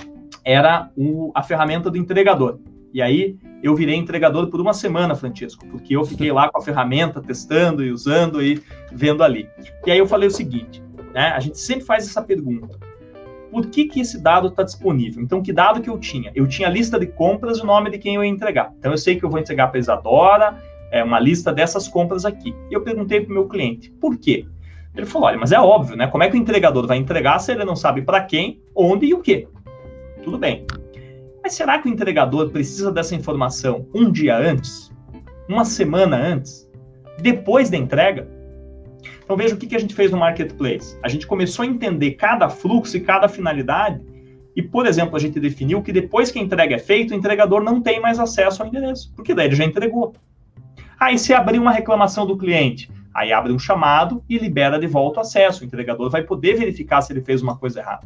era o, a ferramenta do entregador. E aí eu virei entregador por uma semana, Francisco, porque eu fiquei lá com a ferramenta, testando e usando e vendo ali. E aí eu falei o seguinte, né, a gente sempre faz essa pergunta, por que que esse dado está disponível? Então, que dado que eu tinha? Eu tinha a lista de compras e o nome de quem eu ia entregar. Então, eu sei que eu vou entregar para a Isadora, é uma lista dessas compras aqui. E eu perguntei para o meu cliente, por quê? Ele falou, olha, mas é óbvio, né? Como é que o entregador vai entregar se ele não sabe para quem, onde e o quê? Tudo bem. Mas será que o entregador precisa dessa informação um dia antes? Uma semana antes? Depois da entrega? Então veja o que a gente fez no Marketplace. A gente começou a entender cada fluxo e cada finalidade e, por exemplo, a gente definiu que depois que a entrega é feita, o entregador não tem mais acesso ao endereço, porque daí ele já entregou. Aí se abrir uma reclamação do cliente, aí abre um chamado e libera de volta o acesso. O entregador vai poder verificar se ele fez uma coisa errada.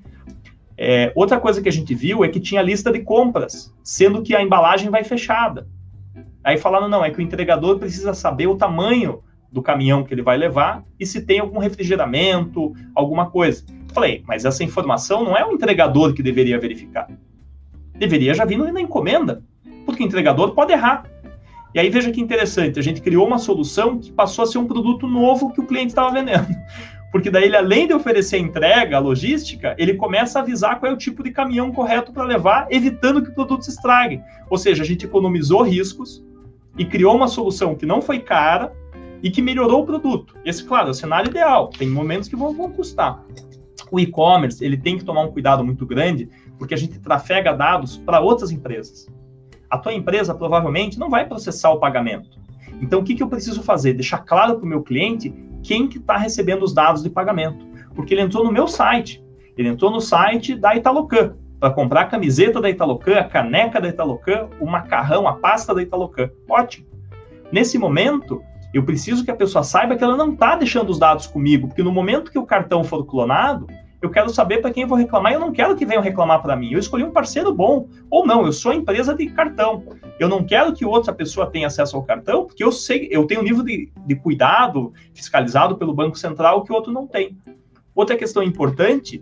É, outra coisa que a gente viu é que tinha lista de compras, sendo que a embalagem vai fechada. Aí falaram, não, é que o entregador precisa saber o tamanho do caminhão que ele vai levar e se tem algum refrigeramento, alguma coisa. Falei, mas essa informação não é o entregador que deveria verificar. Deveria já vir na encomenda, porque o entregador pode errar. E aí veja que interessante, a gente criou uma solução que passou a ser um produto novo que o cliente estava vendendo. Porque daí ele, além de oferecer a entrega, a logística, ele começa a avisar qual é o tipo de caminhão correto para levar, evitando que o produto se estrague. Ou seja, a gente economizou riscos e criou uma solução que não foi cara e que melhorou o produto. Esse, claro, é o cenário ideal. Tem momentos que vão, vão custar. O e-commerce, ele tem que tomar um cuidado muito grande, porque a gente trafega dados para outras empresas. A tua empresa provavelmente não vai processar o pagamento. Então, o que, que eu preciso fazer? Deixar claro para o meu cliente quem que está recebendo os dados de pagamento. Porque ele entrou no meu site. Ele entrou no site da Italocam para comprar a camiseta da Italocam, a caneca da Italocam, o macarrão, a pasta da Italocam. Ótimo. Nesse momento, eu preciso que a pessoa saiba que ela não está deixando os dados comigo, porque no momento que o cartão for clonado, eu quero saber para quem eu vou reclamar, eu não quero que venham reclamar para mim, eu escolhi um parceiro bom, ou não, eu sou a empresa de cartão, eu não quero que outra pessoa tenha acesso ao cartão, porque eu sei, eu tenho um nível de, de cuidado fiscalizado pelo Banco Central que o outro não tem. Outra questão importante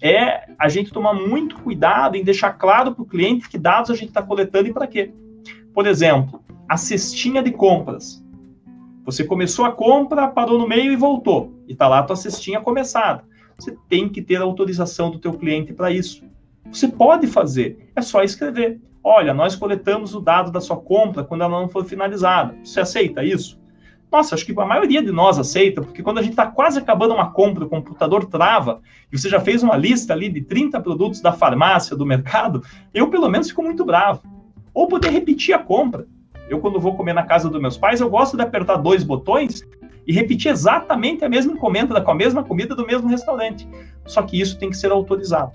é a gente tomar muito cuidado em deixar claro para o cliente que dados a gente está coletando e para quê. Por exemplo, a cestinha de compras. Você começou a compra, parou no meio e voltou, e está lá a tua cestinha começada. Você tem que ter a autorização do teu cliente para isso. Você pode fazer, é só escrever. Olha, nós coletamos o dado da sua compra quando ela não for finalizada. Você aceita isso? Nossa, acho que a maioria de nós aceita, porque quando a gente está quase acabando uma compra, o computador trava, e você já fez uma lista ali de trinta produtos da farmácia, do mercado, eu pelo menos fico muito bravo. Ou poder repetir a compra. Eu, quando vou comer na casa dos meus pais, eu gosto de apertar dois botões e repetir exatamente a mesma encomenda com a mesma comida do mesmo restaurante. Só que isso tem que ser autorizado.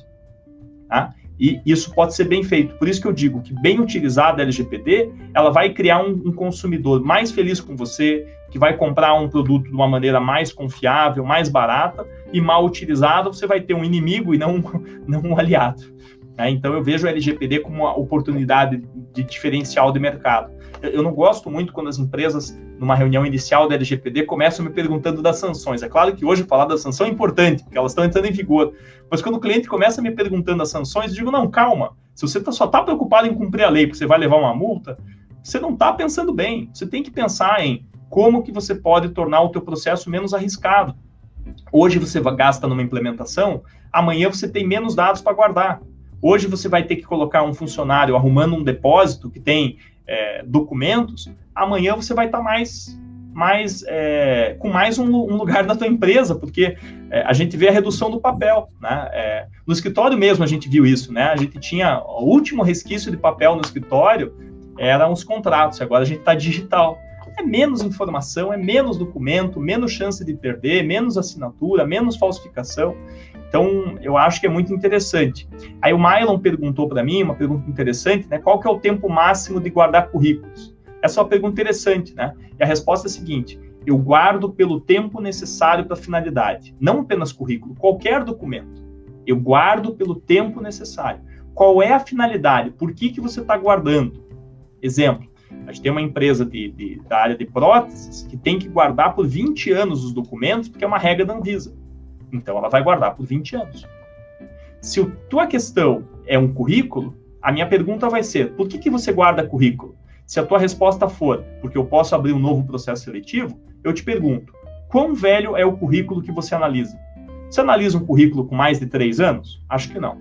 Tá? E isso pode ser bem feito. Por isso que eu digo que bem utilizada a L G P D, ela vai criar um, um consumidor mais feliz com você, que vai comprar um produto de uma maneira mais confiável, mais barata, e mal utilizado você vai ter um inimigo e não, não um aliado. Tá? Então eu vejo a L G P D como uma oportunidade de diferencial de mercado. Eu não gosto muito quando as empresas, numa reunião inicial da L G P D, começam me perguntando das sanções. É claro que hoje falar da sanção é importante, porque elas estão entrando em vigor. Mas quando o cliente começa me perguntando das sanções, eu digo, não, calma. Se você tá, só está preocupado em cumprir a lei, porque você vai levar uma multa, você não está pensando bem. Você tem que pensar em como que você pode tornar o teu processo menos arriscado. Hoje você gasta numa implementação, amanhã você tem menos dados para guardar. Hoje você vai ter que colocar um funcionário arrumando um depósito que tem é, documentos, amanhã você vai estar tá mais, mais é, com mais um, um lugar na tua empresa, porque é, a gente vê a redução do papel, né? É, no escritório mesmo a gente viu isso, né? A gente tinha o último resquício de papel no escritório, eram os contratos, agora a gente está digital. É menos informação, é menos documento, menos chance de perder, menos assinatura, menos falsificação. Então, eu acho que é muito interessante. Aí o Mylon perguntou para mim, uma pergunta interessante, né? Qual que é o tempo máximo de guardar currículos? Essa é uma pergunta interessante, né? E a resposta é a seguinte, eu guardo pelo tempo necessário para a finalidade. Não apenas currículo, qualquer documento. Eu guardo pelo tempo necessário. Qual é a finalidade? Por que que você está guardando? Exemplo, a gente tem uma empresa de, de, da área de próteses que tem que guardar por vinte anos os documentos, porque é uma regra da Anvisa. Então, ela vai guardar por vinte anos. Se a tua questão é um currículo, a minha pergunta vai ser, por que que você guarda currículo? Se a tua resposta for, porque eu posso abrir um novo processo seletivo, eu te pergunto, quão velho é o currículo que você analisa? Você analisa um currículo com mais de três anos? Acho que não.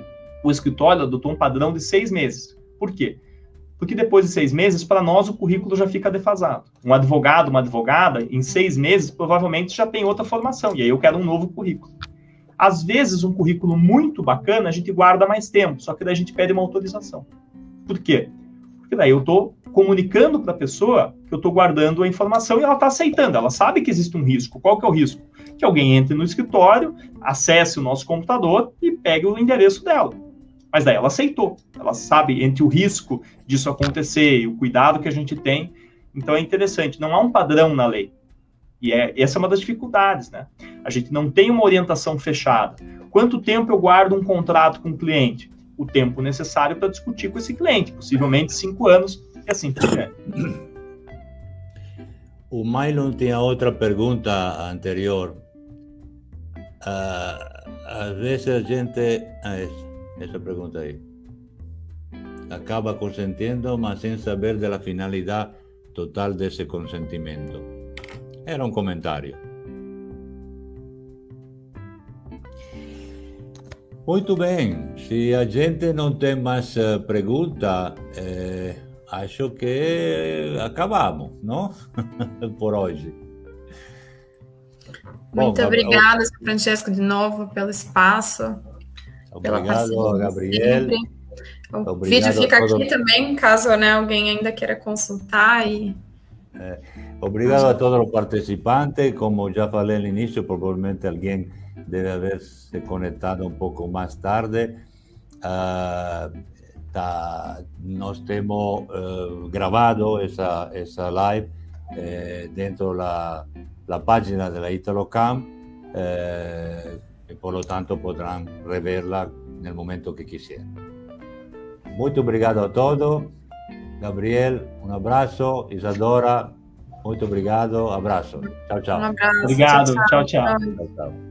O escritório adotou um padrão de seis meses. Por quê? Porque depois de seis meses, para nós, o currículo já fica defasado. Um advogado, uma advogada, em seis meses, provavelmente já tem outra formação, e aí eu quero um novo currículo. Às vezes, um currículo muito bacana, a gente guarda mais tempo, só que daí a gente pede uma autorização. Por quê? Porque daí eu estou comunicando para a pessoa que eu estou guardando a informação e ela está aceitando, ela sabe que existe um risco. Qual que é o risco? Que alguém entre no escritório, acesse o nosso computador e pegue o endereço dela. Mas daí ela aceitou, ela sabe entre o risco disso acontecer e o cuidado que a gente tem. Então é interessante, não há um padrão na lei. E é, essa é uma das dificuldades, né? A gente não tem uma orientação fechada. Quanto tempo eu guardo um contrato com o cliente? O tempo necessário para discutir com esse cliente, possivelmente cinco anos, e assim por diante. O Mylon tinha outra pergunta anterior. Uh, às vezes a gente... Ah, essa. Essa pergunta aí. Acaba consentindo, mas sem saber da finalidade total desse consentimento. Era um comentário. Muito bem, se a gente não tem mais uh, pergunta, eh, acho que acabamos, não? Por hoje. Muito Bom, obrigada, senhor Francesco, de novo, pelo espaço. Obrigado, Gabriel. O Obrigado vídeo fica todo... aqui também, caso, né, alguém ainda queira consultar. E... Eh, obrigado a todos os participantes. Como já falei no início, provavelmente alguém deve haber se conectado um pouco mais tarde. Uh, tá, nós temos uh, gravado essa, essa live eh, dentro da la página de la Italocam eh, e, por lo tanto, potrão reverla no momento que quiserem. Muito obrigado a todos. Gabriel, um abraço. Isadora, muito obrigado. Abraço. Tchau, tchau. Um abraço. Obrigado. Tchau, tchau. Tchau, tchau. Tchau, tchau.